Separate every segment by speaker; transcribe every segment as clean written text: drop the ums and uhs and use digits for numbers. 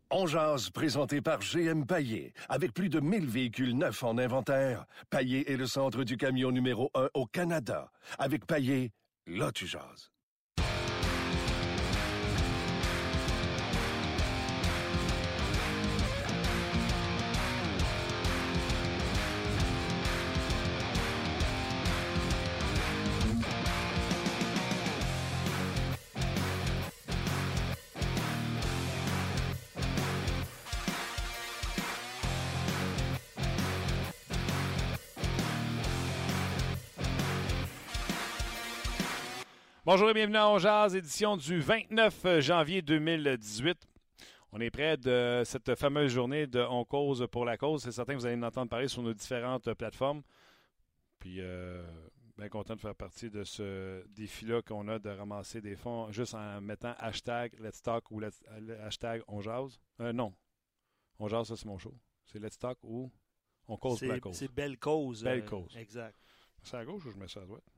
Speaker 1: On jase, présenté par GM Paillé. Avec plus de 1000 véhicules neufs en inventaire, Paillé est le centre du camion numéro 1 au Canada. Avec Paillé, là tu jases.
Speaker 2: Bonjour et bienvenue à On Jase, édition du 29 janvier 2018. On est près de cette fameuse journée de On Cause pour la cause. C'est certain que vous allez en entendre parler sur nos différentes plateformes. Puis, bien content de faire partie de ce défi-là qu'on a de ramasser des fonds juste en mettant hashtag Let's Talk ou hashtag On Jase. Non, On Jase, ça c'est mon show. C'est Let's Talk ou On Cause pour la cause.
Speaker 3: C'est Belle Cause.
Speaker 2: Belle Cause.
Speaker 3: Exact.
Speaker 2: C'est à gauche ou je mets ça à droite?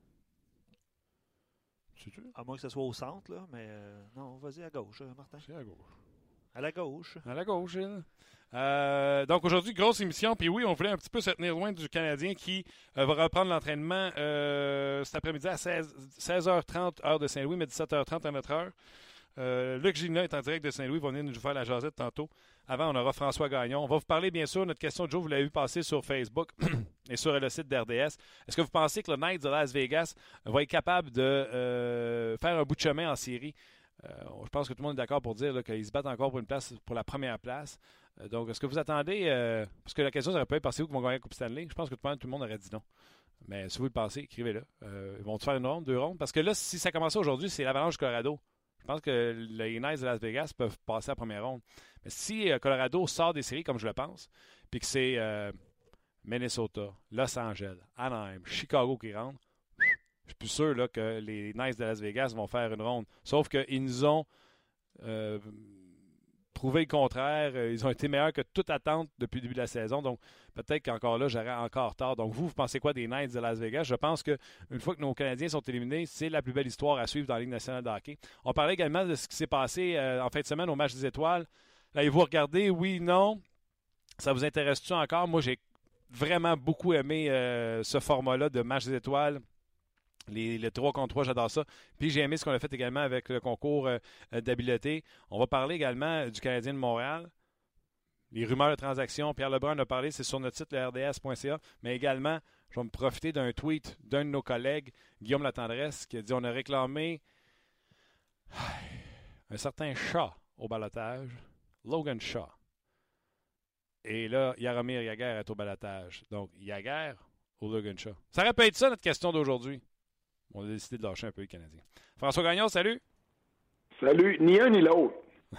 Speaker 3: À moins que ce soit au centre, là, mais non, vas-y à gauche, Martin.
Speaker 2: C'est à gauche.
Speaker 3: À la gauche.
Speaker 2: À la gauche, Gilles. Donc aujourd'hui, grosse émission. Puis oui, on voulait un petit peu se tenir loin du Canadien qui va reprendre l'entraînement cet après-midi à 16h30 heure de Saint-Louis, mais 17h30 à notre heure. Luc Gina est en direct de Saint-Louis. Il va venir nous faire la jasette tantôt. Avant, on aura François Gagnon. On va vous parler, bien sûr, notre question de jour. Vous l'avez vu passer sur Facebook et sur le site d'RDS. Est-ce que vous pensez que le Knights de Las Vegas va être capable de faire un bout de chemin en série? Je pense que tout le monde est d'accord pour dire qu'ils se battent encore pour une place, pour la première place. Donc, est-ce que vous attendez... parce que la question, ça aurait pu être passé où qu'ils vont gagner la Coupe Stanley? Je pense que tout le monde aurait dit non. Mais si vous le pensez, écrivez-le. Ils vont faire une ronde, 2 rondes? Parce que là, si ça commençait aujourd'hui, c'est l'Avalanche Colorado. Je pense que les Knights de Las Vegas peuvent passer à la première ronde. Mais si Colorado sort des séries, comme je le pense, puis que c'est Minnesota, Los Angeles, Anaheim, Chicago qui rentrent, je suis plus sûr là, que les Knights de Las Vegas vont faire une ronde. Sauf qu'ils nous ont prouvé le contraire. Ils ont été meilleurs que toute attente depuis le début de la saison. Donc, peut-être qu'encore là, j'aurais encore tort. Donc, vous pensez quoi des Knights de Las Vegas? Je pense qu'une fois que nos Canadiens sont éliminés, c'est la plus belle histoire à suivre dans la Ligue nationale de hockey. On parlait également de ce qui s'est passé en fin de semaine au match des étoiles. L'avez-vous regardé? Oui, non? Ça vous intéresse-tu encore? Moi, j'ai vraiment beaucoup aimé ce format-là de match des étoiles. Les 3 contre 3, j'adore ça. Puis j'ai aimé ce qu'on a fait également avec le concours d'habileté. On va parler également du Canadien de Montréal. Les rumeurs de transactions. Pierre Lebrun en a parlé, c'est sur notre site, le rds.ca. Mais également, je vais me profiter d'un tweet d'un de nos collègues, Guillaume Latendresse, qui a dit on a réclamé un certain Shaw au balotage. Logan Shaw. Et là, Jaromir Jagr est au balotage. Donc, Jagr ou Logan Shaw. Ça aurait pu être ça, notre question d'aujourd'hui. On a décidé de lâcher un peu les Canadiens. François Gagnon, salut!
Speaker 4: Salut! Ni un ni l'autre.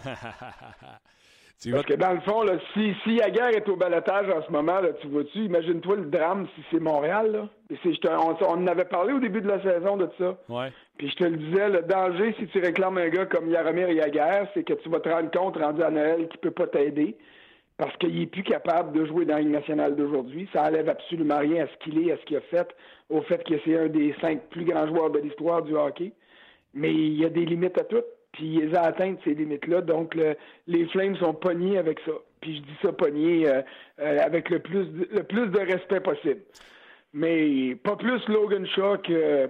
Speaker 4: Parce que dans le fond, là, si Jagr est au balotage en ce moment, là, tu vois-tu, imagine-toi le drame si c'est Montréal. Là. On en avait parlé au début de la saison de ça.
Speaker 2: Ouais.
Speaker 4: Puis je te le disais, le danger si tu réclames un gars comme Jaromir Jagr, c'est que tu vas te rendre compte, rendu à Noël, qu'il peut pas t'aider. Parce qu'il n'est plus capable de jouer dans la Ligue nationale d'aujourd'hui. Ça enlève absolument rien à ce qu'il est, à ce qu'il a fait, au fait que c'est un des 5 plus grands joueurs de l'histoire du hockey. Mais il y a des limites à tout, puis il les a atteintes, ces limites-là. Donc, les Flames sont pognés avec ça. Puis je dis ça, pognés avec le plus de respect possible. Mais pas plus Logan Shaw que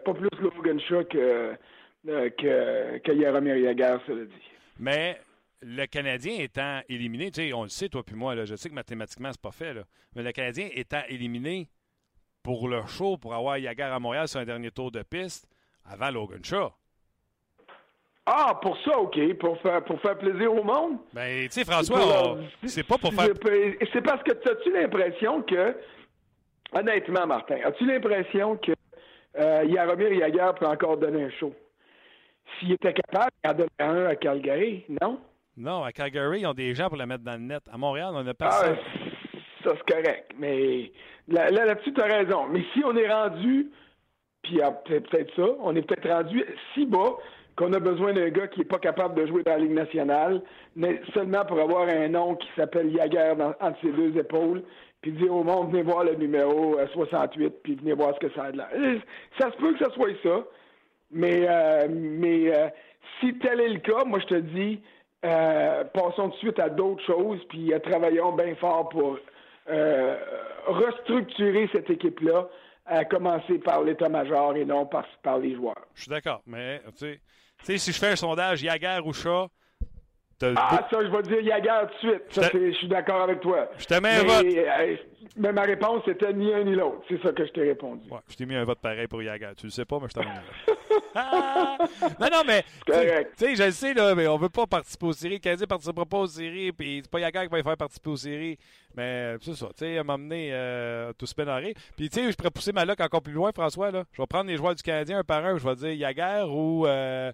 Speaker 4: Jaromir Jagr, ça le dit.
Speaker 2: Mais... le Canadien étant éliminé, tu sais, on le sait, toi puis moi, là, je sais que mathématiquement, c'est pas fait, là, mais le Canadien étant éliminé pour le show, pour avoir Jagr à Montréal sur un dernier tour de piste, avant Logan Shaw.
Speaker 4: Ah, pour ça, OK. Pour faire plaisir au monde?
Speaker 2: Ben, tu sais, François, c'est pas pour faire...
Speaker 4: C'est parce que as-tu l'impression que, honnêtement, Martin, as-tu l'impression que Jaromir Jagr peut encore donner un show? S'il était capable, il en donnerait un à Calgary, non?
Speaker 2: Non, à Calgary, ils ont des gens pour la mettre dans le net. À Montréal, on n'a pas ça.
Speaker 4: Ça, c'est correct. Mais là-dessus, tu as raison. Mais si on est rendu, puis peut-être ça, on est peut-être rendu si bas qu'on a besoin d'un gars qui n'est pas capable de jouer dans la Ligue nationale, mais seulement pour avoir un nom qui s'appelle Jagr entre ses 2 épaules, puis dire au monde, venez voir le numéro 68, puis venez voir ce que ça a de l'air. Ça se peut que ça soit ça, mais si tel est le cas, moi je te dis, passons tout de suite à d'autres choses, puis travaillons bien fort pour restructurer cette équipe-là, à commencer par l'état-major et non par les joueurs.
Speaker 2: Je suis d'accord, mais tu sais, si je fais un sondage Jagr ou Shaw,
Speaker 4: ça, je vais dire Jagr tout de suite. Je suis d'accord avec toi.
Speaker 2: Je te mets un vote.
Speaker 4: Mais ma réponse était ni un ni l'autre. C'est ça que je t'ai répondu.
Speaker 2: Ouais, je t'ai mis un vote pareil pour Jagr. Tu le sais pas, mais je t'en ai mis un vote. Non, mais tu sais, je le sais, là, mais on veut pas participer aux séries. Le Canadien ne participera pas aux séries, puis c'est pas Jagr qui va les faire participer aux séries. Mais c'est ça, tu sais, à m'emmener tout se pénarer. Puis tu sais, je pourrais pousser ma luck encore plus loin, François. Là. Je vais prendre les joueurs du Canadien un par un. Je vais dire Jagr ou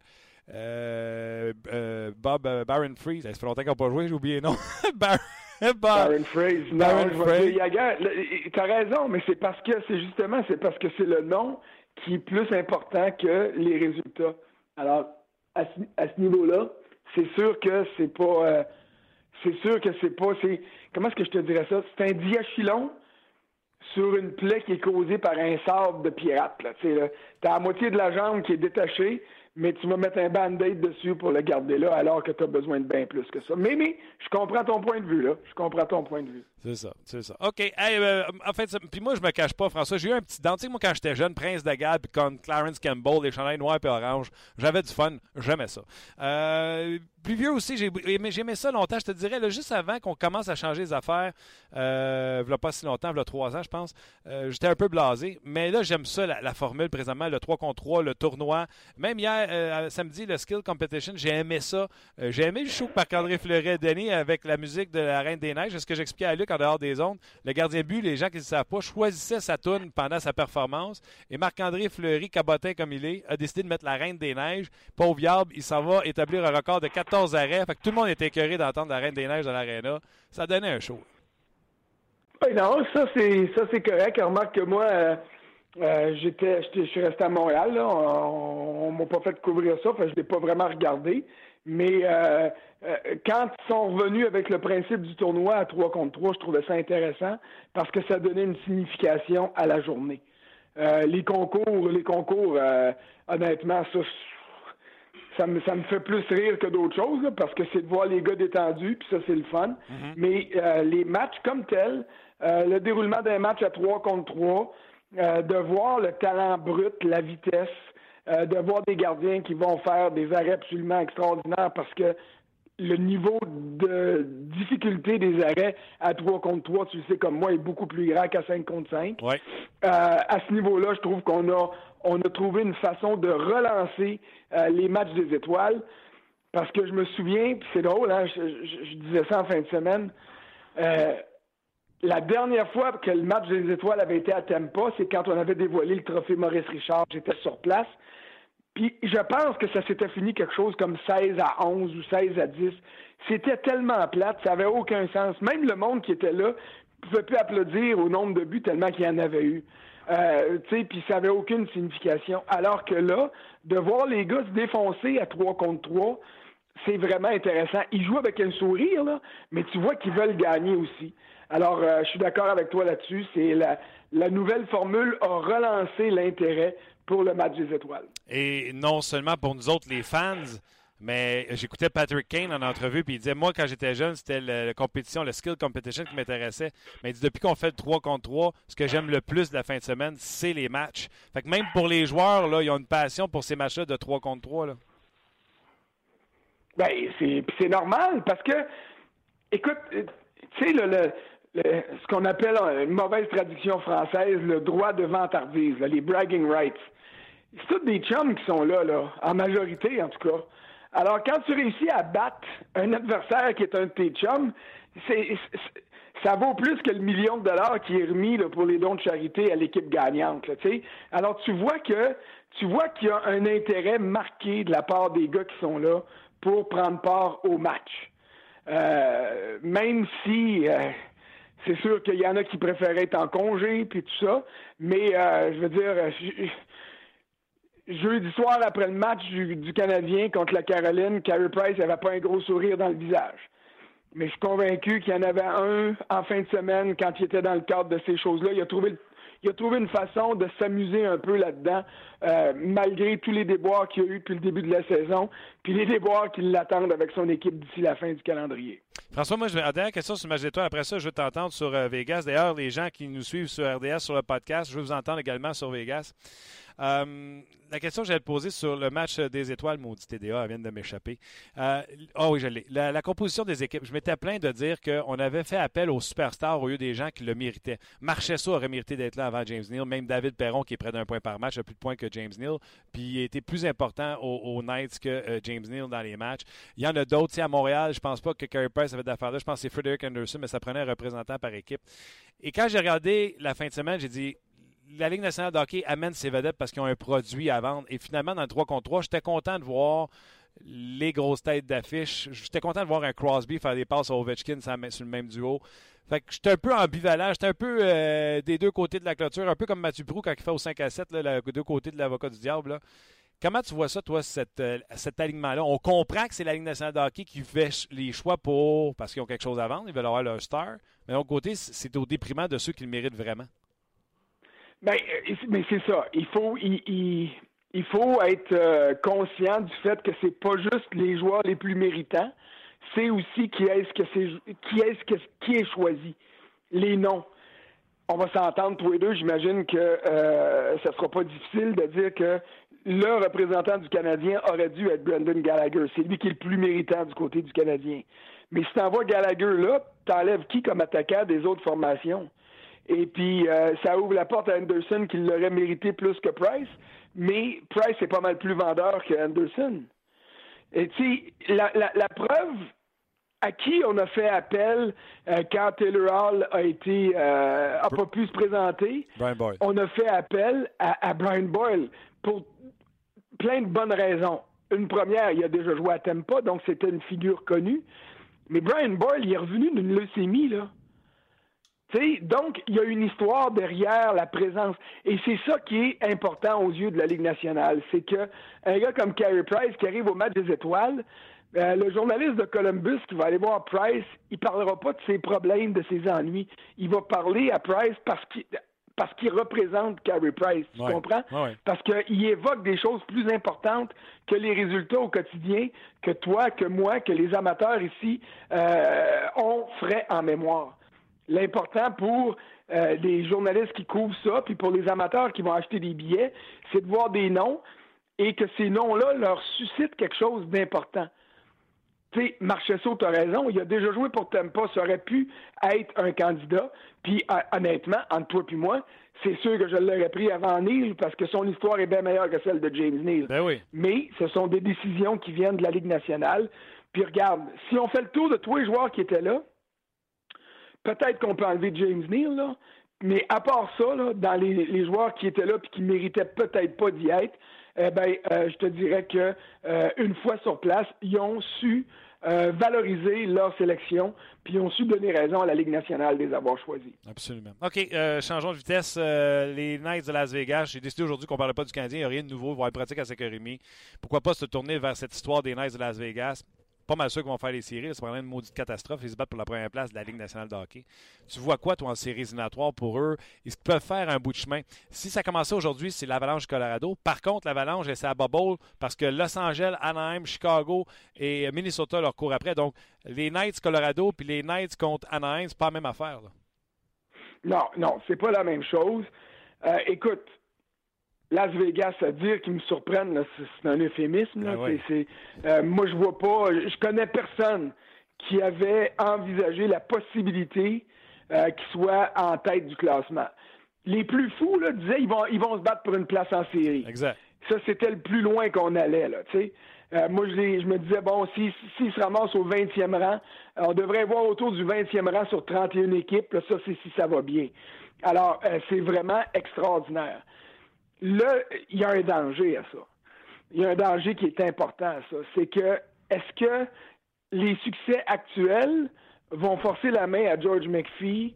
Speaker 2: Baron Freeze. Ça fait longtemps qu'on n'a pas joué, j'ai oublié le nom.
Speaker 4: Baron Freeze. Non, je vais dire Jagr. T'as raison, mais c'est parce que c'est le nom qui est plus important que les résultats. Alors, à ce niveau-là, c'est sûr que c'est pas. Comment est-ce que je te dirais ça? C'est un diachylon sur une plaie qui est causée par un sable de pirate. T'as la moitié de la jambe qui est détachée, mais tu vas mettre un band-aid dessus pour le garder là, alors que tu as besoin de bien plus que ça. Mais, je comprends ton point de vue, là.
Speaker 2: C'est ça. OK. Hey, en fait, puis moi, je me cache pas, François. J'ai eu un petit dent. Tu sais, moi, quand j'étais jeune, Prince de Galles, puis comme Clarence Campbell, les chandails noirs et orange, j'avais du fun. J'aimais ça. Plus vieux aussi, j'aimais ça longtemps. Je te dirais, là, juste avant qu'on commence à changer les affaires, il n'y a pas si longtemps, il y a 3 ans, je pense, j'étais un peu blasé. Mais là, j'aime ça, la formule présentement, le 3 contre 3, le tournoi. Même hier, samedi, le Skill Competition, j'ai aimé ça. J'ai aimé le show que Marc-André Fleury a donné avec la musique de la Reine des Neiges. C'est ce que j'expliquais à Luc en dehors des ondes. Le gardien de but, les gens qui ne le savent pas, choisissait sa toune pendant sa performance. Et Marc-André Fleury, cabotin comme il est, a décidé de mettre la Reine des Neiges. Pauvre diable, il s'en va établir un record de 14 arrêts. Fait que tout le monde était écœuré d'entendre la Reine des Neiges dans l'aréna. Ça donnait un show.
Speaker 4: Oui, non, ça c'est correct. Remarque que moi, je suis resté à Montréal. Là. On m'a pas fait couvrir ça, fait que je l'ai pas vraiment regardé. Mais quand ils sont revenus avec le principe du tournoi à 3 contre 3, je trouvais ça intéressant parce que ça donnait une signification à la journée. Les concours, honnêtement, ça me fait plus rire que d'autres choses, là, parce que c'est de voir les gars détendus, puis ça, c'est le fun. Mm-hmm. Mais les matchs comme tels, le déroulement d'un match à 3 contre 3, de voir le talent brut, la vitesse, de voir des gardiens qui vont faire des arrêts absolument extraordinaires parce que le niveau de difficulté des arrêts à 3 contre 3, tu le sais comme moi, est beaucoup plus grand qu'à 5 contre 5.
Speaker 2: Ouais.
Speaker 4: À ce niveau-là, je trouve qu'on a trouvé une façon de relancer les matchs des étoiles parce que je me souviens, puis c'est drôle, hein, je disais ça en fin de semaine, la dernière fois que le match des étoiles avait été à Tampa, c'est quand on avait dévoilé le trophée Maurice Richard. J'étais sur place. Puis je pense que ça s'était fini quelque chose comme 16-11 ou 16-10. C'était tellement plate, ça n'avait aucun sens. Même le monde qui était là ne pouvait plus applaudir au nombre de buts tellement qu'il y en avait eu. Puis ça n'avait aucune signification. Alors que là, de voir les gars se défoncer à 3 contre 3, c'est vraiment intéressant. Ils jouent avec un sourire, là, mais tu vois qu'ils veulent gagner aussi. Alors, je suis d'accord avec toi là-dessus. C'est la nouvelle formule a relancé l'intérêt pour le match des étoiles.
Speaker 2: Et non seulement pour nous autres, les fans, mais j'écoutais Patrick Kane en entrevue, puis il disait, moi, quand j'étais jeune, c'était la compétition, le skill competition qui m'intéressait. Mais il dit, depuis qu'on fait le 3 contre 3, ce que j'aime le plus de la fin de semaine, c'est les matchs. Fait que même pour les joueurs, là, ils ont une passion pour ces matchs-là de 3 contre 3. Là.
Speaker 4: Ben, c'est normal, parce que, écoute, tu sais, ce qu'on appelle une mauvaise traduction française, le droit de vantardise, les bragging rights. C'est tous des chums qui sont là, en majorité en tout cas. Alors, quand tu réussis à battre un adversaire qui est un de tes chums, ça vaut plus que le $1 million qui est remis là, pour les dons de charité à l'équipe gagnante. Là, alors, tu vois qu'il y a un intérêt marqué de la part des gars qui sont là pour prendre part au match. Même si... c'est sûr qu'il y en a qui préfèrent être en congé puis tout ça, mais je veux dire, jeudi soir après le match du Canadien contre la Caroline, Carey Price n'avait pas un gros sourire dans le visage. Mais je suis convaincu qu'il y en avait un en fin de semaine quand il était dans le cadre de ces choses-là. Il il a trouvé une façon de s'amuser un peu là-dedans, malgré tous les déboires qu'il y a eu depuis le début de la saison, puis les déboires qui l'attendent avec son équipe d'ici la fin du calendrier.
Speaker 2: François, moi, dernière question sur le match d'étoiles. Après ça, je veux t'entendre sur Vegas. D'ailleurs, les gens qui nous suivent sur RDS, sur le podcast, je veux vous entendre également sur Vegas. La question que j'allais te poser sur le match des étoiles, maudit TDA, elle vient de m'échapper. Oui, je l'ai. La composition des équipes, je m'étais plaint de dire qu'on avait fait appel aux superstars au lieu des gens qui le méritaient. Marchessault aurait mérité d'être là avant James Neal. Même David Perron, qui est près d'un point par match, a plus de points que James Neal. Puis il était plus important aux Knights que James Neal dans les matchs. Il y en a d'autres. À Montréal, je pense pas que Carey Price avait d'affaires là. Je pense que c'est Frederick Anderson, mais ça prenait un représentant par équipe. Et quand j'ai regardé la fin de semaine, j'ai dit... La Ligue nationale de hockey amène ses vedettes parce qu'ils ont un produit à vendre. Et finalement, dans le 3 contre 3, j'étais content de voir les grosses têtes d'affiche. J'étais content de voir un Crosby faire des passes à Ovechkin sur le même duo. Fait que j'étais un peu ambivalent. J'étais un peu des deux côtés de la clôture. Un peu comme Mathieu Proulx quand il fait au 5-7, là, les deux côtés de l'avocat du diable. Là. Comment tu vois ça, toi, cet alignement-là? On comprend que c'est la Ligue nationale de hockey qui fait les choix parce qu'ils ont quelque chose à vendre. Ils veulent avoir leur star. Mais de l'autre côté, c'est au déprimant de ceux qui le méritent vraiment.
Speaker 4: Mais c'est ça. Il faut être conscient du fait que c'est pas juste les joueurs les plus méritants, c'est aussi qui est choisi. Les noms. On va s'entendre tous les deux. J'imagine que ça sera pas difficile de dire que le représentant du Canadien aurait dû être Brendan Gallagher. C'est lui qui est le plus méritant du côté du Canadien. Mais si t'envoies Gallagher là, t'enlèves qui comme attaquant des autres formations? Et puis, ça ouvre la porte à Anderson qui l'aurait mérité plus que Price. Mais Price est pas mal plus vendeur que Anderson. Et tu sais, la preuve à qui on a fait appel quand Taylor Hall a pas pu se présenter,
Speaker 2: Brian Boyle.
Speaker 4: On a fait appel à Brian Boyle pour plein de bonnes raisons. Une première, il a déjà joué à Tampa, donc c'était une figure connue. Mais Brian Boyle, il est revenu d'une leucémie, là. T'sais, donc, il y a une histoire derrière la présence. Et c'est ça qui est important aux yeux de la Ligue nationale. C'est que un gars comme Carey Price qui arrive au match des étoiles, le journaliste de Columbus qui va aller voir Price, il parlera pas de ses problèmes, de ses ennuis. Il va parler à Price parce qu'il représente Carey Price. Tu comprends?
Speaker 2: Ouais.
Speaker 4: Parce qu'il évoque des choses plus importantes que les résultats au quotidien, que toi, que moi, que les amateurs ici ont frais en mémoire. L'important pour les journalistes qui couvrent ça, puis pour les amateurs qui vont acheter des billets, c'est de voir des noms et que ces noms-là leur suscitent quelque chose d'important. Tu sais, Marchessault, tu as raison, il a déjà joué pour Tampa, ça aurait pu être un candidat, puis honnêtement, entre toi et moi, c'est sûr que je l'aurais pris avant Neal, parce que son histoire est bien meilleure que celle de James Neal.
Speaker 2: Ben oui.
Speaker 4: Mais ce sont des décisions qui viennent de la Ligue nationale. Puis regarde, si on fait le tour de tous les joueurs qui étaient là, peut-être qu'on peut enlever James Neal, là, mais à part ça, là, dans les joueurs qui étaient là et qui méritaient peut-être pas d'y être, je te dirais que une fois sur place, ils ont su valoriser leur sélection, puis ils ont su donner raison à la Ligue nationale de les avoir choisis.
Speaker 2: Absolument. OK, changeons de vitesse. Les Knights de Las Vegas, j'ai décidé aujourd'hui qu'on ne parlait pas du Canadien, il n'y a rien de nouveau, ils vont être pratique à 5h30. Pourquoi pas se tourner vers cette histoire des Knights de Las Vegas? Pas mal sûr qu'ils vont faire les séries. C'est vraiment une maudite catastrophe. Ils se battent pour la première place de la Ligue nationale de hockey. Tu vois quoi, toi, en séries éliminatoires pour eux? Ils peuvent faire un bout de chemin. Si ça commençait aujourd'hui, c'est l'Avalanche du Colorado. Par contre, l'Avalanche, c'est à bubble parce que Los Angeles, Anaheim, Chicago et Minnesota leur courent après. Donc, les Knights Colorado puis les Knights contre Anaheim, c'est pas la même affaire, là.
Speaker 4: Non, c'est pas la même chose. Écoute, Las Vegas, à dire qu'ils me surprennent, là, c'est un euphémisme. Là.
Speaker 2: Oui.
Speaker 4: Moi, je vois pas... Je connais personne qui avait envisagé la possibilité qu'ils soient en tête du classement. Les plus fous là, disaient ils vont se battre pour une place en série.
Speaker 2: Exact.
Speaker 4: Ça, c'était le plus loin qu'on allait. Là, moi, je me disais, bon, s'ils se ramassent au 20e rang, on devrait voir autour du 20e rang sur 31 équipes. Là, ça, c'est si ça va bien. Alors, c'est vraiment extraordinaire. Là, il y a un danger à ça. Il y a un danger qui est important à ça. C'est que, est-ce que les succès actuels vont forcer la main à George McPhee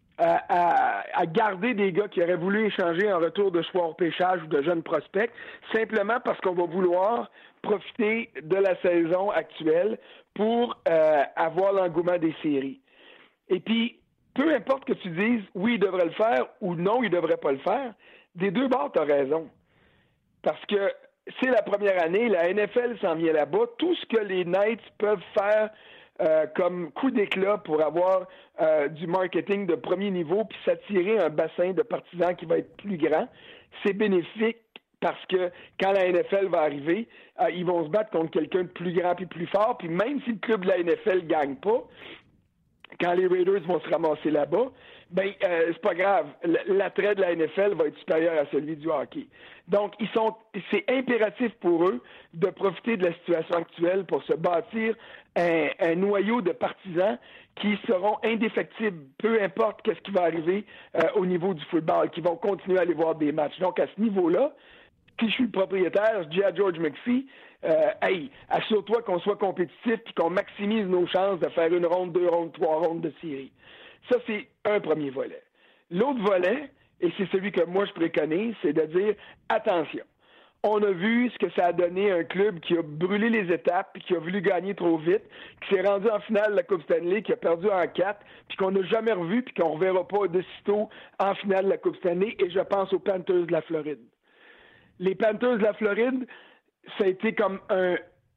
Speaker 4: à garder des gars qui auraient voulu échanger en retour de choix au pêchage ou de jeunes prospects, simplement parce qu'on va vouloir profiter de la saison actuelle pour avoir l'engouement des séries. Et puis, peu importe que tu dises oui, il devrait le faire ou non, il devrait pas le faire, des deux bords, tu as raison. Parce que c'est la première année, la NFL s'en vient là-bas. Tout ce que les Knights peuvent faire comme coup d'éclat pour avoir du marketing de premier niveau puis s'attirer un bassin de partisans qui va être plus grand, c'est bénéfique parce que quand la NFL va arriver, ils vont se battre contre quelqu'un de plus grand puis plus fort. Puis même si le club de la NFL ne gagne pas, quand les Raiders vont se ramasser là-bas, ben c'est pas grave. L'attrait de la NFL va être supérieur à celui du hockey. Donc, c'est impératif pour eux de profiter de la situation actuelle pour se bâtir un noyau de partisans qui seront indéfectibles, peu importe qu'est-ce qui va arriver au niveau du football, qui vont continuer à aller voir des matchs. Donc, à ce niveau-là, si je suis le propriétaire, je dis à George McPhee, hey, assure-toi qu'on soit compétitif et qu'on maximise nos chances de faire une ronde, 2 rondes, 3 rondes de série. Ça, c'est un premier volet. L'autre volet, et c'est celui que moi je préconise, c'est de dire, attention, on a vu ce que ça a donné à un club qui a brûlé les étapes, puis qui a voulu gagner trop vite, qui s'est rendu en finale de la Coupe Stanley, qui a perdu en 4, puis qu'on n'a jamais revu, puis qu'on ne reverra pas de sitôt en finale de la Coupe Stanley, et je pense aux Panthers de la Floride. Les Panthers de la Floride, ça a été comme un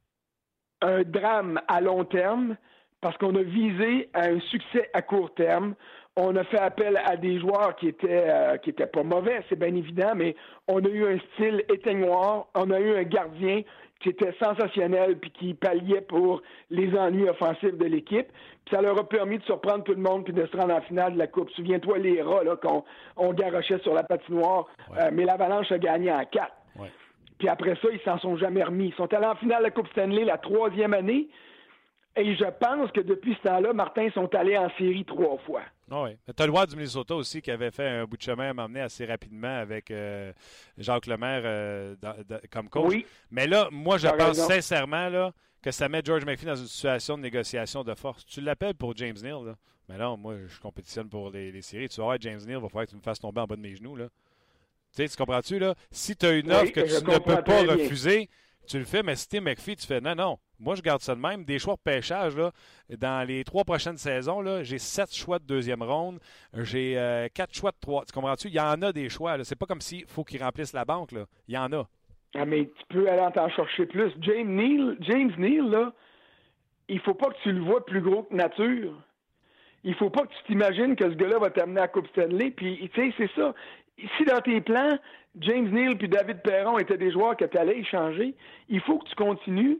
Speaker 4: drame à long terme parce qu'on a visé à un succès à court terme. On a fait appel à des joueurs qui étaient pas mauvais, c'est bien évident, mais on a eu un style éteignoir. On a eu un gardien qui était sensationnel puis qui palliait pour les ennuis offensifs de l'équipe. Puis ça leur a permis de surprendre tout le monde puis de se rendre en finale de la Coupe. Souviens-toi les rats là, qu'on garochait sur la patinoire, mais l'Avalanche a gagné en 4. Ouais. Puis après ça, ils s'en sont jamais remis. Ils sont allés en finale de la Coupe Stanley la 3e année. Et je pense que depuis ce temps-là, Martin, ils sont allés en série 3 fois.
Speaker 2: Oh oui. Tu as le roi du Minnesota aussi qui avait fait un bout de chemin à m'emmener assez rapidement avec Jacques Lemaire comme coach. Oui. Mais là, moi, je pense sincèrement là, que ça met George McPhee dans une situation de négociation de force. Tu l'appelles pour James Neal, là. Mais non, moi, je compétitionne pour les séries. Tu vas voir, James Neal, il va falloir que tu me fasses tomber en bas de mes genoux, là. Tu comprends-tu, là? Si tu as une offre que tu ne peux pas refuser, tu le fais, mais si tu es McPhee, tu fais non, moi je garde ça de même. Des choix de pêchage, là, dans les 3 prochaines saisons, là, j'ai 7 choix de 2e ronde, j'ai 4 choix de 3. Tu comprends-tu? Il y en a des choix. C'est pas comme s'il faut qu'ils remplissent la banque. Là. Il y en a.
Speaker 4: Ah, mais tu peux aller t'en chercher plus. James Neal, là, il faut pas que tu le vois plus gros que nature. Il faut pas que tu t'imagines que ce gars-là va t'amener à la Coupe Stanley. Puis, tu sais, c'est ça. Si dans tes plans, James Neal puis David Perron étaient des joueurs que tu allais échanger, il faut que tu continues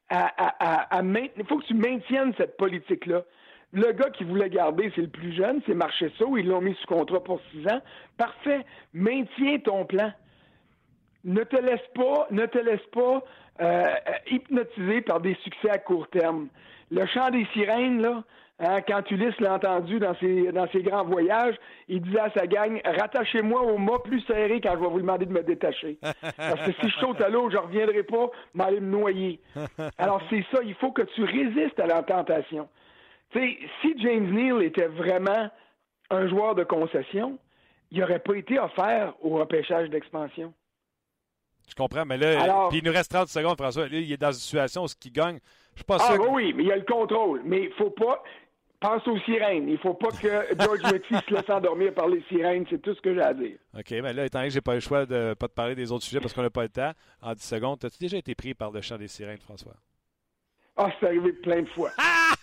Speaker 4: il faut que tu maintiennes cette politique-là. Le gars qui voulait garder, c'est le plus jeune, c'est Marchessault, ils l'ont mis sous contrat pour 6 ans. Parfait. Maintiens ton plan. Ne te laisse pas hypnotiser par des succès à court terme. Le chant des sirènes, là, quand Ulysse l'a entendu dans ses grands voyages, il disait à sa gang « Rattachez-moi au mât plus serré quand je vais vous demander de me détacher. Parce que si je saute à l'eau, je ne reviendrai pas, m'aller me noyer. » Alors c'est ça, il faut que tu résistes à la tentation. Tu sais, si James Neal était vraiment un joueur de concession, il n'aurait pas été offert au repêchage d'expansion.
Speaker 2: Je comprends, mais là, puis il nous reste 30 secondes, François. Là, il est dans une situation où ce qu'il gagne, je suis pas sûr.
Speaker 4: Oui, mais il y a le contrôle. Mais il ne faut pas. Pense aux sirènes. Il ne faut pas que George McPhee se laisse endormir par les sirènes. C'est tout ce que j'ai à dire.
Speaker 2: OK, mais là, étant donné que j'ai pas le choix de pas te parler des autres sujets parce qu'on n'a pas le temps, en 10 secondes, as-tu déjà été pris par le chant des sirènes, François?
Speaker 4: Ah, c'est arrivé plein de fois.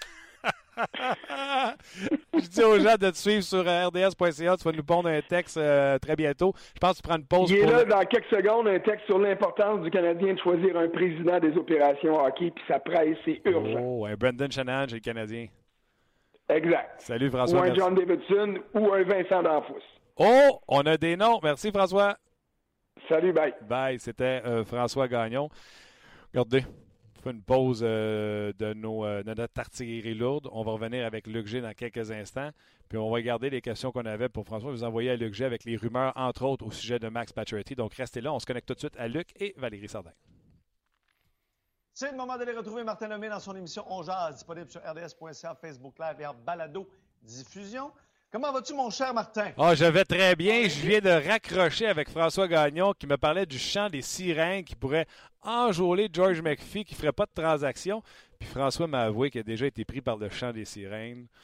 Speaker 2: Je dis aux gens de te suivre sur rds.ca. Tu vas nous pondre un texte très bientôt. Je pense que tu prends une pause.
Speaker 4: Il est là dans quelques secondes, un texte sur l'importance du Canadien de choisir un président des opérations hockey, puis ça presse, c'est urgent.
Speaker 2: Oh, un Brendan Shanahan chez le Canadien.
Speaker 4: Exact.
Speaker 2: Salut François.
Speaker 4: Ou un John Davidson ou un Vincent D'Anfous.
Speaker 2: Oh, on a des noms. Merci François.
Speaker 4: Salut, bye.
Speaker 2: Bye, c'était François Gagnon. Regardez. On fait une pause de notre artillerie lourde. On va revenir avec Luc G dans quelques instants. Puis on va regarder les questions qu'on avait pour François. Vous envoyer à Luc G avec les rumeurs, entre autres, au sujet de Max Pacioretty. Donc restez là. On se connecte tout de suite à Luc et Valérie Sardin.
Speaker 5: C'est le moment d'aller retrouver Martin Lemay dans son émission On Jase, disponible sur rds.ca, Facebook Live et en balado-diffusion. Comment vas-tu, mon cher Martin?
Speaker 2: Ah, je vais très bien. Je viens de raccrocher avec François Gagnon qui me parlait du chant des sirènes qui pourrait enjôler George McPhee qui ne ferait pas de transaction. Puis François m'a avoué qu'il a déjà été pris par le chant des sirènes.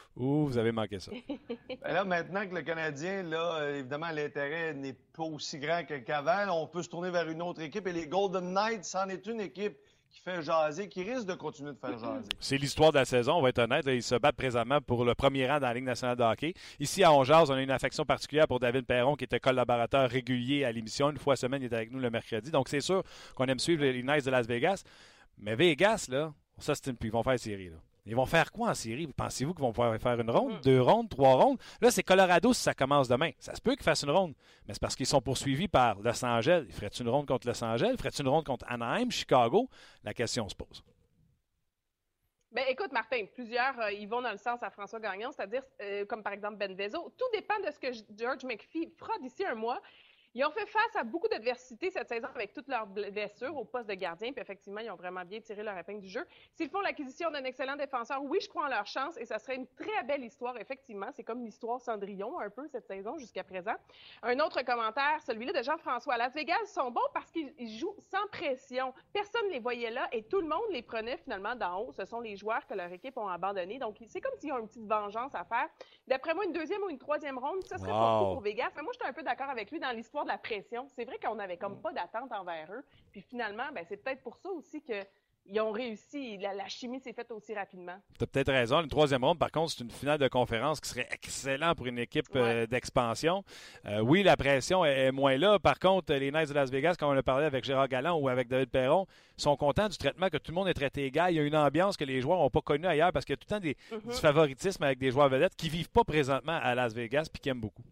Speaker 2: Ouh, vous avez manqué ça.
Speaker 5: Ben là, maintenant que le Canadien, là, évidemment, l'intérêt n'est pas aussi grand qu'avant, on peut se tourner vers une autre équipe. Et les Golden Knights, c'en est une équipe qui fait jaser, qui risque de continuer de faire jaser.
Speaker 2: C'est l'histoire de la saison, on va être honnête. Là, ils se battent présentement pour le premier rang dans la Ligue nationale de hockey. Ici, à Ongeaz, on a une affection particulière pour David Perron, qui était collaborateur régulier à l'émission. Une fois semaine, il est avec nous le mercredi. Donc, c'est sûr qu'on aime suivre les Knights de Las Vegas. Mais Vegas, là, ça, c'est ils vont faire série, là. Ils vont faire quoi en série? Pensez-vous qu'ils vont pouvoir faire une ronde, 2 rondes, 3 rondes? Là, c'est Colorado si ça commence demain. Ça se peut qu'ils fassent une ronde, mais c'est parce qu'ils sont poursuivis par Los Angeles. Ils feraient-tu une ronde contre Los Angeles? Ferait-tu une ronde contre Anaheim, Chicago? La question se pose.
Speaker 6: Ben, écoute, Martin, plusieurs ils vont dans le sens à François Gagnon, c'est-à-dire comme par exemple Ben Vezzo. Tout dépend de ce que George McPhee fera d'ici un mois. Ils ont fait face à beaucoup d'adversité cette saison avec toutes leurs blessures au poste de gardien. Puis effectivement, ils ont vraiment bien tiré leur épingle du jeu. S'ils font l'acquisition d'un excellent défenseur, oui, je crois en leur chance et ça serait une très belle histoire, effectivement. C'est comme l'histoire Cendrillon un peu cette saison jusqu'à présent. Un autre commentaire, celui-là de Jean-François. Las Vegas sont bons parce qu'ils jouent sans pression. Personne ne les voyait là et tout le monde les prenait finalement d'en haut. Ce sont les joueurs que leur équipe ont abandonnés. Donc, c'est comme s'ils ont une petite vengeance à faire. D'après moi, une deuxième ou une troisième ronde, ça serait pas fou pour Vegas. Mais moi, je suis un peu d'accord avec lui dans l'histoire de la pression. C'est vrai qu'on n'avait comme pas d'attente envers eux. Puis finalement, ben, c'est peut-être pour ça aussi qu'ils ont réussi. La chimie s'est faite aussi rapidement.
Speaker 2: Tu as peut-être raison. Une troisième ronde, par contre, c'est une finale de conférence qui serait excellent pour une équipe d'expansion. Oui, la pression est moins là. Par contre, les Knights de Las Vegas, quand on a parlé avec Gérard Galland ou avec David Perron, sont contents du traitement, que tout le monde est traité égal. Il y a une ambiance que les joueurs n'ont pas connue ailleurs parce qu'il y a tout le temps du favoritisme avec des joueurs vedettes qui ne vivent pas présentement à Las Vegas et qui aiment beaucoup.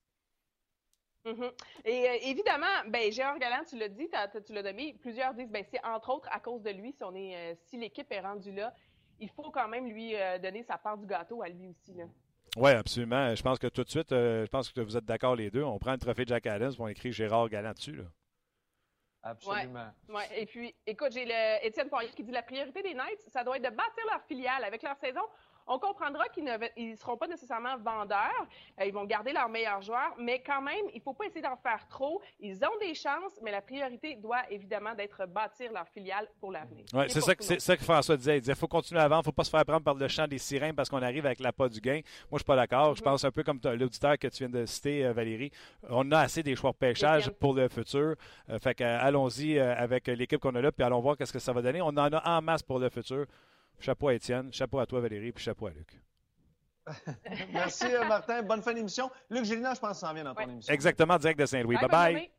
Speaker 6: Et évidemment, ben, Gérard Galland, tu l'as dit, tu l'as nommé, plusieurs disent ben, c'est entre autres à cause de lui, si l'équipe est rendue là, il faut quand même lui donner sa part du gâteau à lui aussi.
Speaker 2: Oui, absolument. Je pense que tout de suite, je pense que vous êtes d'accord les deux. On prend le trophée Jack Adams et on écrit Gérard Galland dessus. Là.
Speaker 5: Absolument.
Speaker 6: Ouais. Et puis, écoute, j'ai Étienne Poirier qui dit la priorité des Knights, ça doit être de bâtir leur filiale avec leur saison. On comprendra qu'ils ne seront pas nécessairement vendeurs. Ils vont garder leurs meilleurs joueurs, mais quand même, il ne faut pas essayer d'en faire trop. Ils ont des chances, mais la priorité doit évidemment d'être bâtir leur filiale pour l'avenir.
Speaker 2: Oui, c'est ça que François disait. Il disait qu'il faut continuer avant, il ne faut pas se faire prendre par le chant des sirènes parce qu'on arrive avec l'appât du gain. Moi, je ne suis pas d'accord. Je pense un peu comme l'auditeur que tu viens de citer, Valérie. On a assez des choix de pêchage pour le futur. Fait que, allons-y avec l'équipe qu'on a là, puis allons voir ce que ça va donner. On en a en masse pour le futur. Chapeau à Étienne, chapeau à toi Valérie, puis chapeau à Luc.
Speaker 5: Merci Martin, bonne fin d'émission. Luc Gélina, je pense que ça s'en vient dans ton émission.
Speaker 2: Exactement, direct de Saint-Louis. Bye-bye.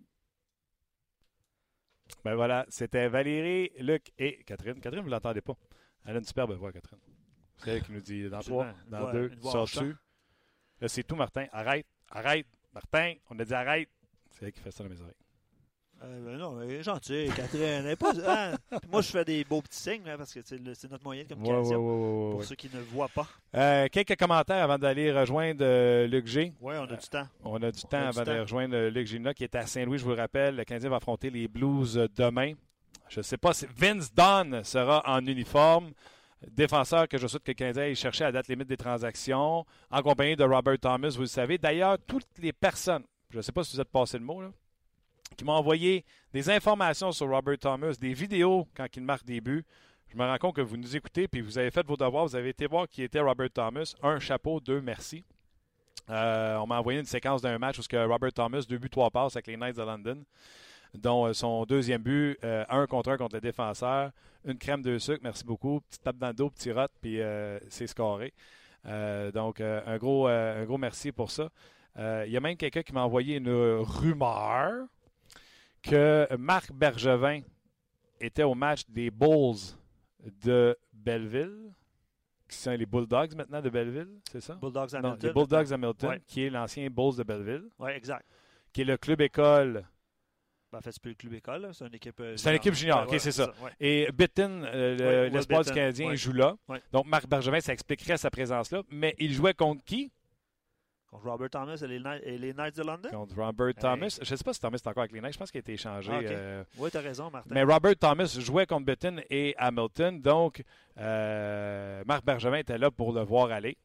Speaker 2: Ben voilà, c'était Valérie, Luc et Catherine. Catherine, vous ne l'entendez pas. Elle a une superbe voix, Catherine. C'est elle qui nous dit dans 3, dans 2, sors-tu. Là, c'est tout, Martin. Arrête, Martin, on a dit arrête. C'est elle qui fait ça dans mes oreilles.
Speaker 3: Non, elle est gentille, Catherine. Moi, je fais des beaux petits signes là, parce que c'est notre moyen de communication pour ceux qui ne voient pas.
Speaker 2: Quelques commentaires avant d'aller rejoindre Luc G.
Speaker 3: Oui, on a du temps.
Speaker 2: On a du temps avant d'aller rejoindre Luc Gélina qui est à Saint-Louis. Je vous le rappelle, le Canadien va affronter les Blues demain. Je ne sais pas si Vince Dunn sera en uniforme. Défenseur que je souhaite que le Canadien ait cherché à la date limite des transactions, en compagnie de Robert Thomas, vous le savez. D'ailleurs, toutes les personnes, je ne sais pas si vous êtes passé le mot, là, qui m'ont envoyé des informations sur Robert Thomas, des vidéos quand il marque des buts. Je me rends compte que vous nous écoutez puis vous avez fait vos devoirs. Vous avez été voir qui était Robert Thomas. 1, chapeau. 2, merci. On m'a envoyé une séquence d'un match où Robert Thomas, 2 buts, 3 passes avec les Knights de London, dont son deuxième but, 1 contre 1 contre le défenseur. Une crème de sucre, merci beaucoup. Petite tape dans le dos, petit rot, puis c'est scoré. Donc, un gros merci pour ça. Il y a même quelqu'un qui m'a envoyé une rumeur que Marc Bergevin était au match des Bulls de Belleville, qui sont les Bulldogs maintenant de Belleville, c'est ça?
Speaker 3: Bulldogs Hamilton.
Speaker 2: Non, les Bulldogs Hamilton, qui est l'ancien Bulls de Belleville.
Speaker 3: Oui, exact.
Speaker 2: Qui est le club école.
Speaker 3: En fait, c'est plus le club école, là. C'est une équipe junior.
Speaker 2: C'est une équipe junior, OK, c'est ça. Et Bitton, l'espoir du Canadien, il joue là. Ouais. Donc, Marc Bergevin, ça expliquerait sa présence là. Mais il jouait contre qui?
Speaker 3: Contre Robert Thomas et les Knights de London?
Speaker 2: Contre Robert Thomas. Je ne sais pas si Thomas est encore avec les Knights. Je pense qu'il a été échangé.
Speaker 3: Oui, tu as raison, Martin.
Speaker 2: Mais Robert Thomas jouait contre Bitton et Hamilton. Donc, Marc Bergevin était là pour le voir aller.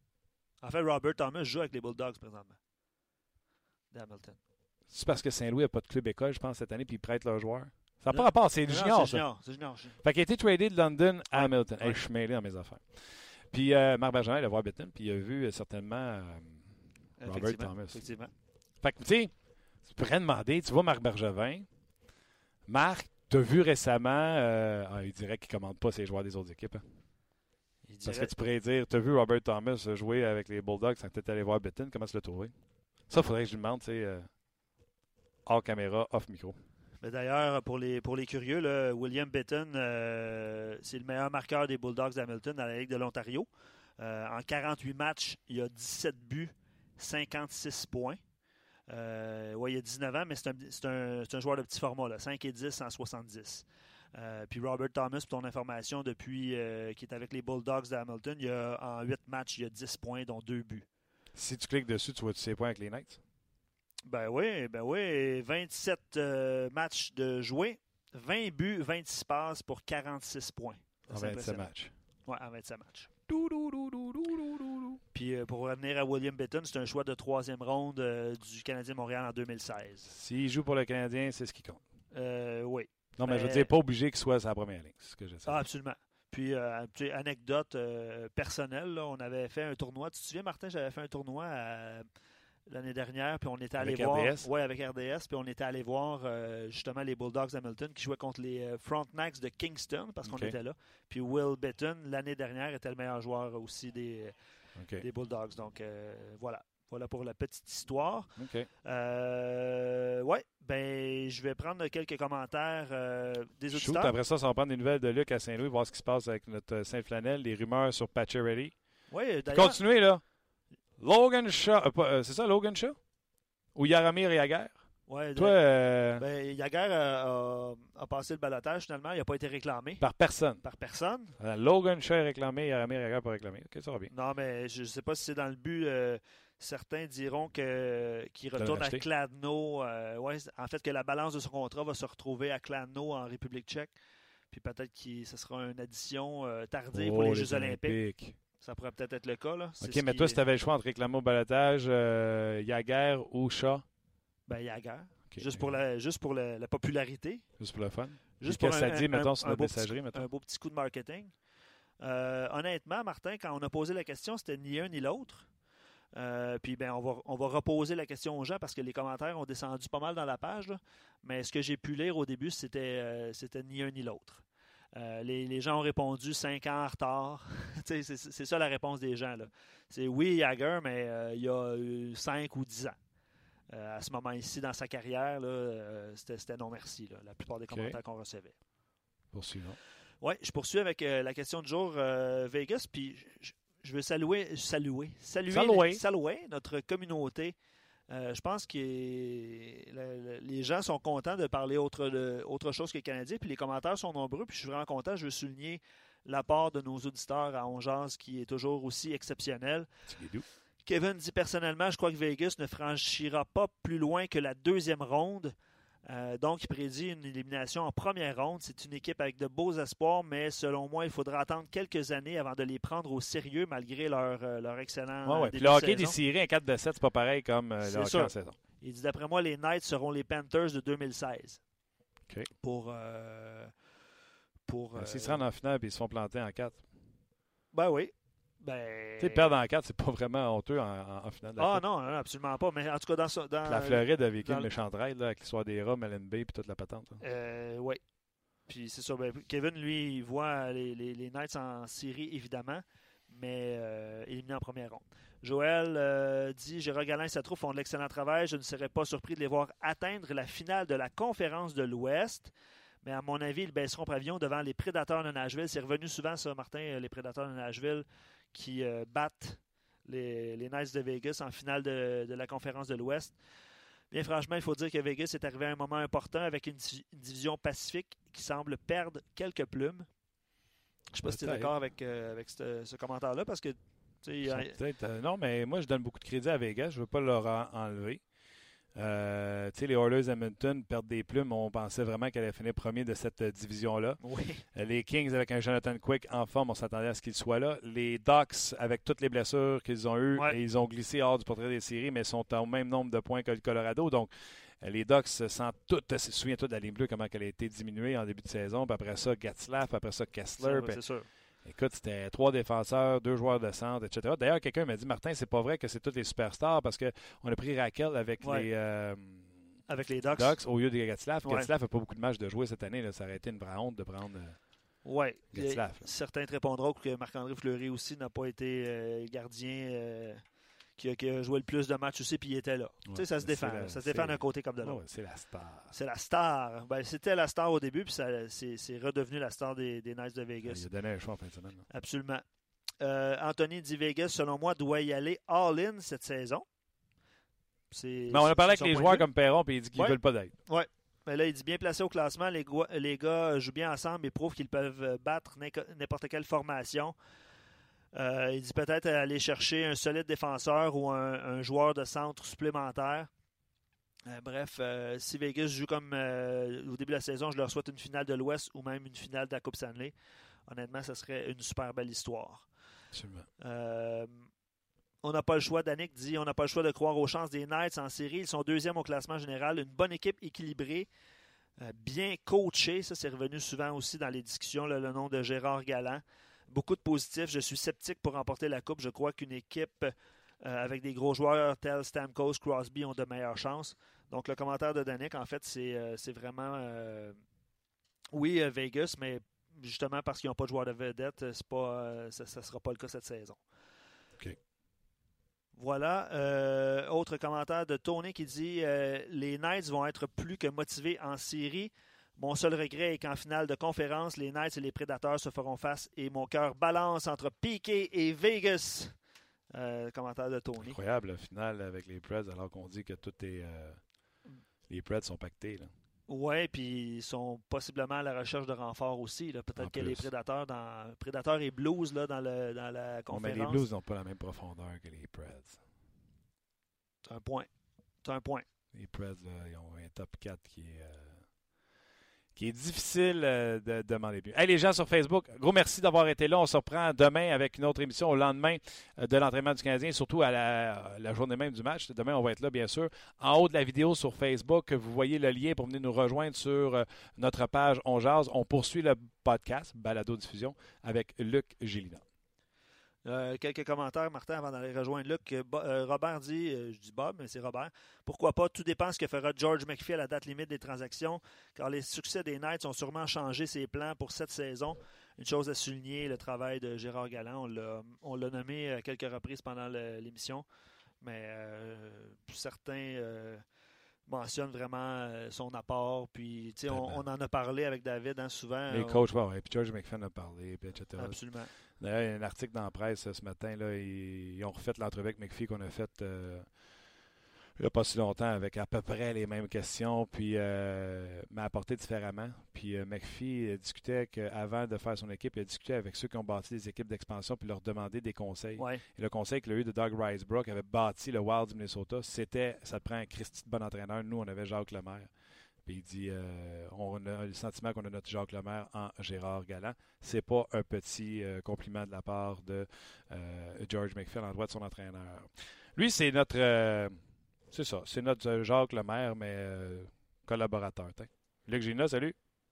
Speaker 3: En fait, Robert Thomas joue avec les Bulldogs présentement. D'Hamilton.
Speaker 2: C'est parce que Saint-Louis n'a pas de club école, je pense, cette année, puis ils prêtent leurs joueurs. Ça n'a pas rapport, c'est le junior, ça.
Speaker 3: C'est junior.
Speaker 2: Fait qu'il a été tradé de London à Hamilton. Ouais. Hey, je suis mêlé dans mes affaires. Puis Marc Bergevin, il a voir Bitton, puis il a vu certainement Robert Thomas.
Speaker 3: Effectivement.
Speaker 2: Fait que, tu sais, tu pourrais demander, tu vois Marc Bergevin, Marc, tu as vu récemment, il dirait qu'il ne commande pas ses joueurs des autres équipes. Hein. Parce que tu pourrais dire, tu as vu Robert Thomas jouer avec les Bulldogs sans que tu étais allé voir Bitton, comment tu l'as trouvé? Ça, il faudrait que je lui demande, tu sais, hors caméra, off micro.
Speaker 3: Mais d'ailleurs, pour les curieux, là, William Bitton, c'est le meilleur marqueur des Bulldogs d'Hamilton dans la Ligue de l'Ontario. En 48 matchs, il a 17 buts, 56 points. Il a 19 ans, mais c'est un joueur de petit format, là, 5 et 10, 170. Puis Robert Thomas, pour ton information, depuis qu'il est avec les Bulldogs d'Hamilton, en 8 matchs, il a 10 points, dont 2 buts.
Speaker 2: Si tu cliques dessus, tu vois tous ses points avec les Knights?
Speaker 3: Ben oui. 27 matchs de jouer, 20 buts, 26 passes pour 46 points.
Speaker 2: En 27 matchs.
Speaker 3: Oui, en 27 matchs. Puis pour revenir à William Bitton, c'est un choix de 3e ronde du Canadien Montréal en 2016.
Speaker 2: S'il joue pour le Canadien, c'est ce qui compte.
Speaker 3: Oui.
Speaker 2: Non, mais je veux dire, pas obligé qu'il soit sa première ligne. C'est ce que j'essaie.
Speaker 3: Ah, absolument. Puis, anecdote personnelle, là, on avait fait un tournoi. Tu te souviens, Martin, j'avais fait un tournoi l'année dernière, puis on était allé voir... Oui, avec RDS, puis on était allé voir justement les Bulldogs d'Hamilton qui jouaient contre les Frontenacs de Kingston, parce qu'on était là. Puis Will Bitton, l'année dernière, était le meilleur joueur aussi des Bulldogs. Donc, voilà. Voilà pour la petite histoire.
Speaker 2: OK.
Speaker 3: Je vais prendre quelques commentaires des
Speaker 2: Shoot,
Speaker 3: auditeurs.
Speaker 2: après ça va prendre des nouvelles de Luc à Saint-Louis, voir ce qui se passe avec notre Saint-Flanel, les rumeurs sur Pacioretty.
Speaker 3: Oui, d'ailleurs.
Speaker 2: Continuez, là. Logan Shaw. C'est ça, Logan Shaw? Ou Jaromir Jagr?
Speaker 3: Oui,
Speaker 2: toi.
Speaker 3: Jagr a passé le balotage finalement. Il n'a pas été réclamé.
Speaker 2: Par personne. Logan Shaw est réclamé, Jaromir Jagr pas réclamé. OK, ça va bien.
Speaker 3: Non, mais je ne sais pas si c'est dans le but. Certains diront qu'il retourne à Kladno. En fait, que la balance de son contrat va se retrouver à Kladno en République tchèque. Puis peut-être que ce sera une addition tardive pour les Jeux olympiques. Ça pourrait peut-être être le cas. Là.
Speaker 2: OK, mais toi, si tu avais le choix entre réclamer au balotage, Jagr ou Shaw?
Speaker 3: Ben, Jagr. Okay. Juste pour la popularité.
Speaker 2: Juste pour le fun.
Speaker 3: Juste
Speaker 2: pour ça dit, mettons, sur notre messagerie.
Speaker 3: Un beau petit coup de marketing. Honnêtement, Martin, quand on a posé la question, c'était ni un ni l'autre. Puis on va reposer la question aux gens parce que les commentaires ont descendu pas mal dans la page. Là. Mais ce que j'ai pu lire au début, c'était ni un ni l'autre. Les gens ont répondu 5 ans en retard. c'est ça la réponse des gens. Là. C'est oui, Jagr, mais il y a 5 ou 10 ans. À ce moment-ci, dans sa carrière, là, c'était non merci, là, la plupart des commentaires qu'on recevait.
Speaker 2: Poursuivons.
Speaker 3: Oui, je poursuis avec la question du jour Vegas. Puis je veux saluer notre communauté. Je pense que les gens sont contents de parler autre chose que les Canadiens. Puis les commentaires sont nombreux. Puis je suis vraiment content. Je veux souligner l'apport de nos auditeurs à On Jase qui est toujours aussi exceptionnel. Kevin dit personnellement, je crois que Vegas ne franchira pas plus loin que la 2e ronde. Donc, il prédit une élimination en première ronde. C'est une équipe avec de beaux espoirs, mais selon moi, il faudra attendre quelques années avant de les prendre au sérieux malgré leur excellent début
Speaker 2: Puis le hockey
Speaker 3: de saison.
Speaker 2: des séries, un 4-7, c'est pas pareil comme le hockey en saison.
Speaker 3: Il dit, d'après moi, les Knights seront les Panthers de 2016.
Speaker 2: OK. S'ils se rendent en finale et ils se font planter en 4.
Speaker 3: Ben oui.
Speaker 2: Tu sais, perdre en 4, c'est pas vraiment honteux en finale.
Speaker 3: Non, absolument pas. Mais en tout cas, dans
Speaker 2: la Floride a vécu une méchante raid avec l'histoire des rats, Mellon Bay et toute la patente.
Speaker 3: Oui. Puis c'est ça. Kevin, lui, il voit les Knights en série, évidemment, mais éliminés en première ronde. Joël dit « Gérard Galin et Satro font de l'excellent travail. Je ne serais pas surpris de les voir atteindre la finale de la conférence de l'Ouest. Mais à mon avis, ils baisseront pavillon devant les Prédateurs de Nashville. » C'est revenu souvent, ça, Martin, les Prédateurs de Nashville qui battent les Knights de Vegas en finale de la conférence de l'Ouest. Bien franchement, il faut dire que Vegas est arrivé à un moment important avec une division Pacifique qui semble perdre quelques plumes. Je ne sais pas si tu es d'accord avec ce commentaire-là, parce que...
Speaker 2: non, mais moi, je donne beaucoup de crédit à Vegas. Je ne veux pas leur enlever. Les Oilers Edmonton perdent des plumes. On pensait vraiment qu'elle allait finir premier de cette division-là.
Speaker 3: Oui.
Speaker 2: Les Kings avec un Jonathan Quick en forme, on s'attendait à ce qu'il soit là. Les Ducks avec toutes les blessures qu'ils ont eues, ils ont glissé hors du portrait des séries, mais sont au même nombre de points que le Colorado. Donc, les Ducks sentent souviens-toi de la ligne bleue, comment elle a été diminuée en début de saison. Puis après ça, Getzlaf, après ça, Kessler.
Speaker 3: C'est sûr.
Speaker 2: Écoute, c'était 3 défenseurs, 2 joueurs de centre, etc. D'ailleurs, quelqu'un m'a dit, Martin, c'est pas vrai que c'est tous les superstars parce qu'on a pris Raquel avec
Speaker 3: avec les Ducks
Speaker 2: au lieu de Gatslav.
Speaker 3: Ouais.
Speaker 2: Gatslav n'a pas beaucoup de matchs de jouer cette année. Là. Ça aurait été une vraie honte de prendre
Speaker 3: Oui.
Speaker 2: Gatslav.
Speaker 3: Certains te répondront que Marc-André Fleury aussi n'a pas été gardien qui a joué le plus de matchs aussi, puis il était là.
Speaker 2: Ouais,
Speaker 3: tu sais, ça se défend. Ça se défend d'un côté comme de l'autre.
Speaker 2: Ouais, c'est la star.
Speaker 3: C'est la star. Ben, c'était la star au début, puis c'est redevenu la star des Knights de Vegas.
Speaker 2: Il a donné un choix en fin de semaine. Là.
Speaker 3: Absolument. Anthony dit Vegas, selon moi, doit y aller all-in cette saison.
Speaker 2: Mais on a parlé avec les joueurs comme Perron, puis il dit qu'ils ne veulent pas d'être.
Speaker 3: Oui. Mais là, il dit bien placé au classement. Les gars jouent bien ensemble et prouvent qu'ils peuvent battre n'importe quelle formation. Il dit peut-être aller chercher un solide défenseur ou un joueur de centre supplémentaire. Bref, si Vegas joue comme au début de la saison, je leur souhaite une finale de l'Ouest ou même une finale de la Coupe Stanley. Honnêtement, ça serait une super belle histoire.
Speaker 2: Absolument.
Speaker 3: On n'a pas le choix, Danick dit, on n'a pas le choix de croire aux chances des Knights en série. Ils sont 2e au classement général. Une bonne équipe équilibrée, bien coachée. Ça, c'est revenu souvent aussi dans les discussions, le nom de Gérard Galland. Beaucoup de positifs. Je suis sceptique pour remporter la Coupe. Je crois qu'une équipe avec des gros joueurs tels Stamkos, Crosby ont de meilleures chances. Donc, le commentaire de Danick, en fait, c'est vraiment... oui, Vegas, mais justement parce qu'ils n'ont pas de joueurs de vedette, ça ne sera pas le cas cette saison.
Speaker 2: OK.
Speaker 3: Voilà. Autre commentaire de Tony qui dit les Knights vont être plus que motivés en série. Mon seul regret est qu'en finale de conférence, les Knights et les Prédateurs se feront face et mon cœur balance entre Piquet et Vegas. Commentaire de Tony.
Speaker 2: Incroyable, la finale avec les Preds, alors qu'on dit que tout est... les Preds sont pactés.
Speaker 3: Oui, puis ils sont possiblement à la recherche de renforts aussi. Là. Peut-être que les Prédateurs et Blues là, dans la conférence.
Speaker 2: Mais les Blues n'ont pas la même profondeur que les Preds.
Speaker 3: C'est un point.
Speaker 2: Les Preds, là, ils ont un top 4 qui est difficile de demander plus. Hey, les gens sur Facebook, gros merci d'avoir été là. On se reprend demain avec une autre émission au lendemain de l'entraînement du Canadien, surtout à la journée même du match. Demain, on va être là, bien sûr. En haut de la vidéo sur Facebook, vous voyez le lien pour venir nous rejoindre sur notre page On Jase. On poursuit le podcast, Balado Diffusion, avec Luc Gélina.
Speaker 3: Quelques commentaires, Martin, avant d'aller rejoindre Luc. Robert dit, je dis Bob, mais c'est Robert, pourquoi pas, tout dépend ce que fera George McPhee à la date limite des transactions, car les succès des Knights ont sûrement changé ses plans pour cette saison. Une chose à souligner, le travail de Gérard Galland, on l'a nommé à quelques reprises pendant l'émission, mais certains mentionnent vraiment son apport, puis on en a parlé avec David souvent.
Speaker 2: Les coachs, et puis George McPhee en a parlé, puis etc.
Speaker 3: Absolument.
Speaker 2: D'ailleurs, il y a un article dans la presse ce matin. Là, ils ont refait l'entrevue avec McPhee qu'on a faite il n'y a pas si longtemps avec à peu près les mêmes questions, puis mais apportées différemment. Puis McPhee discutait qu'avant de faire son équipe, il a discuté avec ceux qui ont bâti des équipes d'expansion puis leur demandé des conseils.
Speaker 3: Ouais.
Speaker 2: Et le conseil qu'il a eu de Doug Risebrook qui avait bâti le Wild du Minnesota, c'était ça te prend un Christy de bon entraîneur. Nous, on avait Jacques Lemaire. Puis il dit on a le sentiment qu'on a notre Jacques Lemaire en Gérard Galland. C'est pas un petit compliment de la part de George McPhee à l'endroit de son entraîneur. Lui, c'est notre c'est ça, c'est notre Jacques Lemaire, mais collaborateur. T'in. Luc Gélina, salut.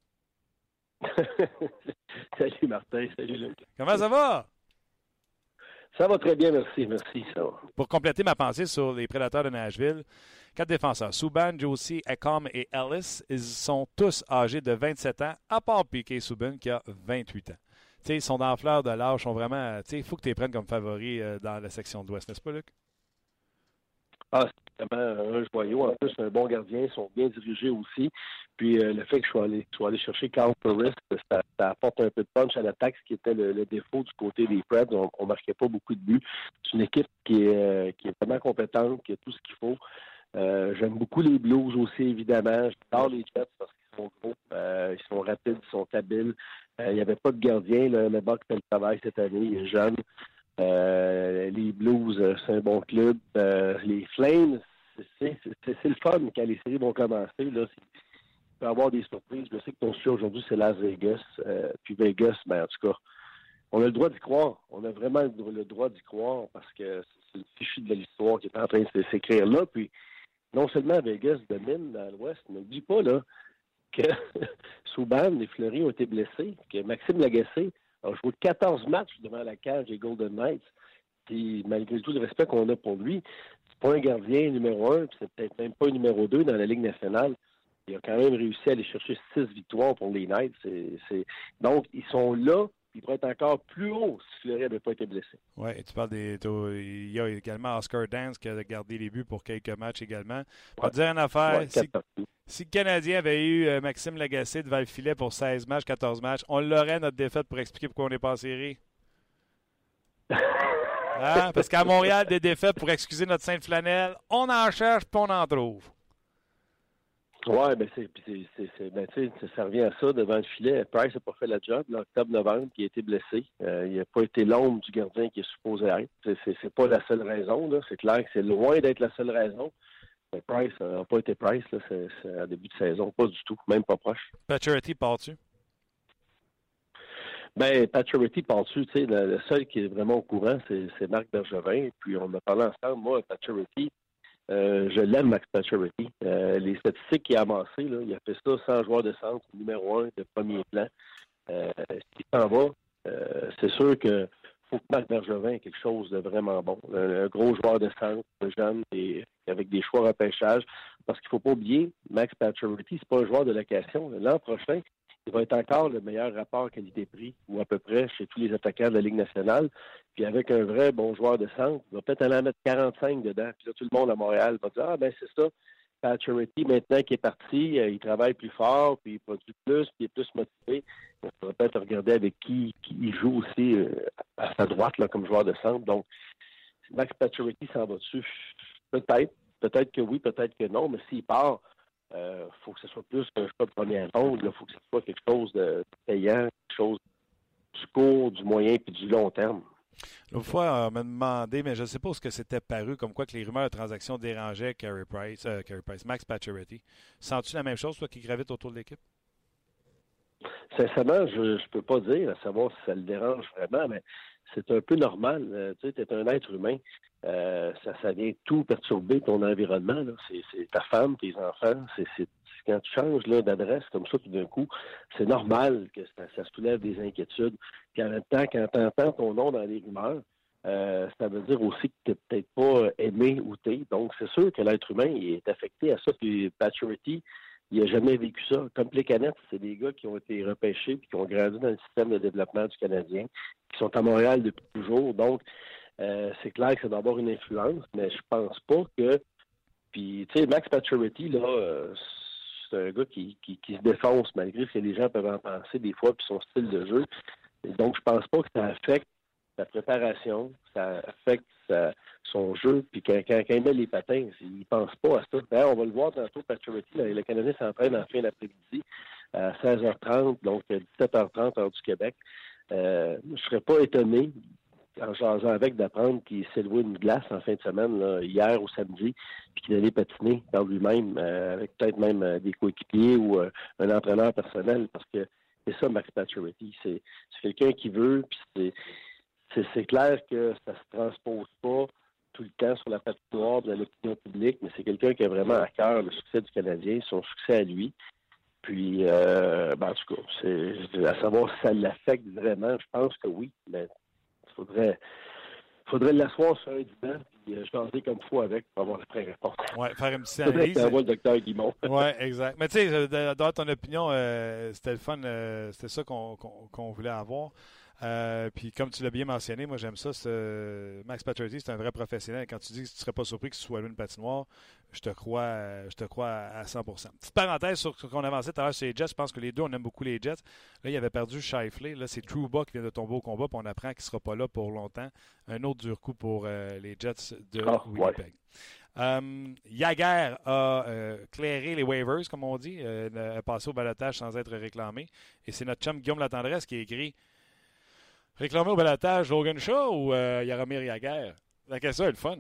Speaker 7: Salut Martin, salut Luc.
Speaker 2: Comment ça va?
Speaker 7: Ça va très bien, merci, ça va.
Speaker 2: Pour compléter ma pensée sur les Prédateurs de Nashville, 4 défenseurs, Subban, Josi, Ekholm et Ellis, ils sont tous âgés de 27 ans, à part Piquet Subban qui a 28 ans. T'sais, ils sont dans la fleur de l'âge, sont vraiment. Il faut que tu les prennes comme favoris dans la section de l'Ouest, n'est-ce pas, Luc?
Speaker 7: Ah, c'est vraiment un joyau. En plus, un bon gardien, ils sont bien dirigés aussi. Puis le fait que je sois allé chercher Carl Burris, ça apporte un peu de punch à l'attaque, ce qui était le défaut du côté des Preds. On ne marquait pas beaucoup de buts. C'est une équipe qui est vraiment compétente, qui a tout ce qu'il faut. J'aime beaucoup les Blues aussi, évidemment. J'adore les Jets parce qu'ils sont gros, ils sont rapides, ils sont habiles. Il n'y avait pas de gardien. Le Buck fait le travail cette année, il est jeune. Les Blues, c'est un bon club. Les Flames, c'est le fun quand les séries vont commencer. Là, il peut y avoir des surprises. Je sais que ton sujet aujourd'hui, c'est Las Vegas. Puis Vegas, ben, en tout cas, on a le droit d'y croire. On a vraiment le droit d'y croire parce que c'est le fichu de l'histoire qui est en train de s'écrire là. Puis non seulement Vegas domine dans l'Ouest, mais n'oublie pas là, que Subban et Fleury ont été blessés, que Maxime Lagacé a joué 14 matchs devant la cage des Golden Knights. Puis, malgré tout le respect qu'on a pour lui, c'est pas un gardien numéro 1, puis c'est peut-être même pas un numéro 2 dans la Ligue nationale. Il a quand même réussi à aller chercher 6 victoires pour les Knights. Donc, ils sont là. Il pourrait être encore plus haut si Fleury n'avait pas été blessé.
Speaker 2: Oui, tu parles il y a également Oscar Dance qui a gardé les buts pour quelques matchs également. On va te dire une affaire. Si le Canadien avait eu Maxime Lagacé devant le filet pour 16 matchs, 14 matchs, on l'aurait notre défaite pour expliquer pourquoi on n'est pas en série. Hein? Parce qu'à Montréal, des défaites pour excuser notre sainte flanelle, on en cherche puis on en trouve.
Speaker 7: Oui, ça revient à ça devant le filet. Price n'a pas fait la job l'octobre-novembre, puis il a été blessé. Il n'a pas été l'ombre du gardien qui est supposé être. C'est pas la seule raison. Là. C'est clair que c'est loin d'être la seule raison. Mais Price n'a pas été Price là, c'est à début de saison. Pas du tout, même pas proche.
Speaker 2: Pacioretty part-tu?
Speaker 7: Pacioretty part-tu. Le seul qui est vraiment au courant, c'est Marc Bergevin. Puis on a parlé ensemble. Moi, Pacioretty, je l'aime, Max Pacioretty. Les statistiques qu'il a amassées, là, il a fait ça sans joueur de centre, numéro 1 de premier plan. S'il s'en va, c'est sûr que faut que Marc Bergevin ait quelque chose de vraiment bon. Un gros joueur de centre, jeune, et avec des choix repêchage. Parce qu'il ne faut pas oublier, Max Pacioretty, c'est pas un joueur de location. L'an prochain, il va être encore le meilleur rapport qualité-prix, ou à peu près, chez tous les attaquants de la Ligue nationale. Puis avec un vrai bon joueur de centre, il va peut-être aller en mettre 45 dedans. Puis là, tout le monde à Montréal va dire c'est ça. Pacioretty, maintenant qu'il est parti, il travaille plus fort, puis il produit plus, puis il est plus motivé. Il faudrait peut-être regarder avec qui il joue aussi à sa droite là, comme joueur de centre. Donc, si Max Pacioretty s'en va dessus, peut-être que oui, peut-être que non, mais s'il part, faut que ce soit plus qu'un choix de première ronde. Il faut que ce soit quelque chose de payant, quelque chose du court, du moyen puis du long terme.
Speaker 2: L'autre fois, on m'a demandé, mais je ne sais pas où que c'était paru, comme quoi que les rumeurs de transactions dérangeaient Max Pacioretty. Sens-tu la même chose, toi, qui gravite autour de l'équipe?
Speaker 7: Sincèrement, je ne peux pas dire, à savoir si ça le dérange vraiment, mais c'est un peu normal. Tu es un être humain. Ça vient tout perturber ton environnement. Là. C'est ta femme, tes enfants. C'est quand tu changes d'adresse comme ça tout d'un coup, c'est normal que ça soulève des inquiétudes. Puis en même temps, quand tu entends ton nom dans les rumeurs, ça veut dire aussi que tu n'es peut-être pas aimé ou t'es. Donc, c'est sûr que l'être humain il est affecté à ça. Puis Pacioretty, il n'a jamais vécu ça. Comme les Canettes, c'est des gars qui ont été repêchés et qui ont grandi dans le système de développement du Canadien, qui sont à Montréal depuis toujours. Donc, c'est clair que ça doit avoir une influence, mais je pense pas que... Puis, tu sais, Max Pacioretty, là, c'est un gars qui se défonce malgré ce que les gens peuvent en penser des fois, puis son style de jeu. Et donc, je pense pas que ça affecte sa préparation, ça affecte son jeu, puis quand il met les patins, il pense pas à ça. D'ailleurs, on va le voir tantôt, Pacioretty, le Canadien s'entraîne en fin d'après-midi à 16h30, donc 17h30 heure du Québec. Je serais pas étonné, en jasant avec, d'apprendre qu'il s'est loué une glace en fin de semaine, là, hier ou samedi, puis qu'il allait patiner par lui-même, avec peut-être même des coéquipiers ou un entraîneur personnel, parce que c'est ça, Max Pacioretty. C'est quelqu'un qui veut, puis c'est clair que ça se transpose pas tout le temps sur la patinoire de l'opinion publique, mais c'est quelqu'un qui a vraiment à cœur le succès du Canadien, son succès à lui. Puis, en tout cas, c'est à savoir si ça l'affecte vraiment, je pense que oui, mais il faudrait l'asseoir sur un divan et changer comme il faut avec pour avoir la vraie réponse.
Speaker 2: Oui, faire une petite analyse.
Speaker 7: C'est le docteur Guimond.
Speaker 2: Oui, exact. Mais tu sais, dans ton opinion, c'était le fun, c'était ça qu'on voulait avoir. Puis comme tu l'as bien mentionné, moi j'aime ça. Max Pacioretty, c'est un vrai professionnel. Quand tu dis que tu ne serais pas surpris qu'il soit loué une patinoire, je te crois à 100%. Petite parenthèse sur ce qu'on avançait tout à l'heure sur les Jets. Je pense que les deux, on aime beaucoup les Jets. Là, il avait perdu Scheifele. Là, c'est Trouba qui vient de tomber au combat. Puis on apprend qu'il ne sera pas là pour longtemps. Un autre dur coup pour les Jets de Winnipeg. Jagr a clairé les waivers, comme on dit, a passé au balotage sans être réclamé. Et c'est notre chum Guillaume Latendresse qui a écrit réclamer au balotage Logan Shaw ou Jaromir Jagr? La question est le fun.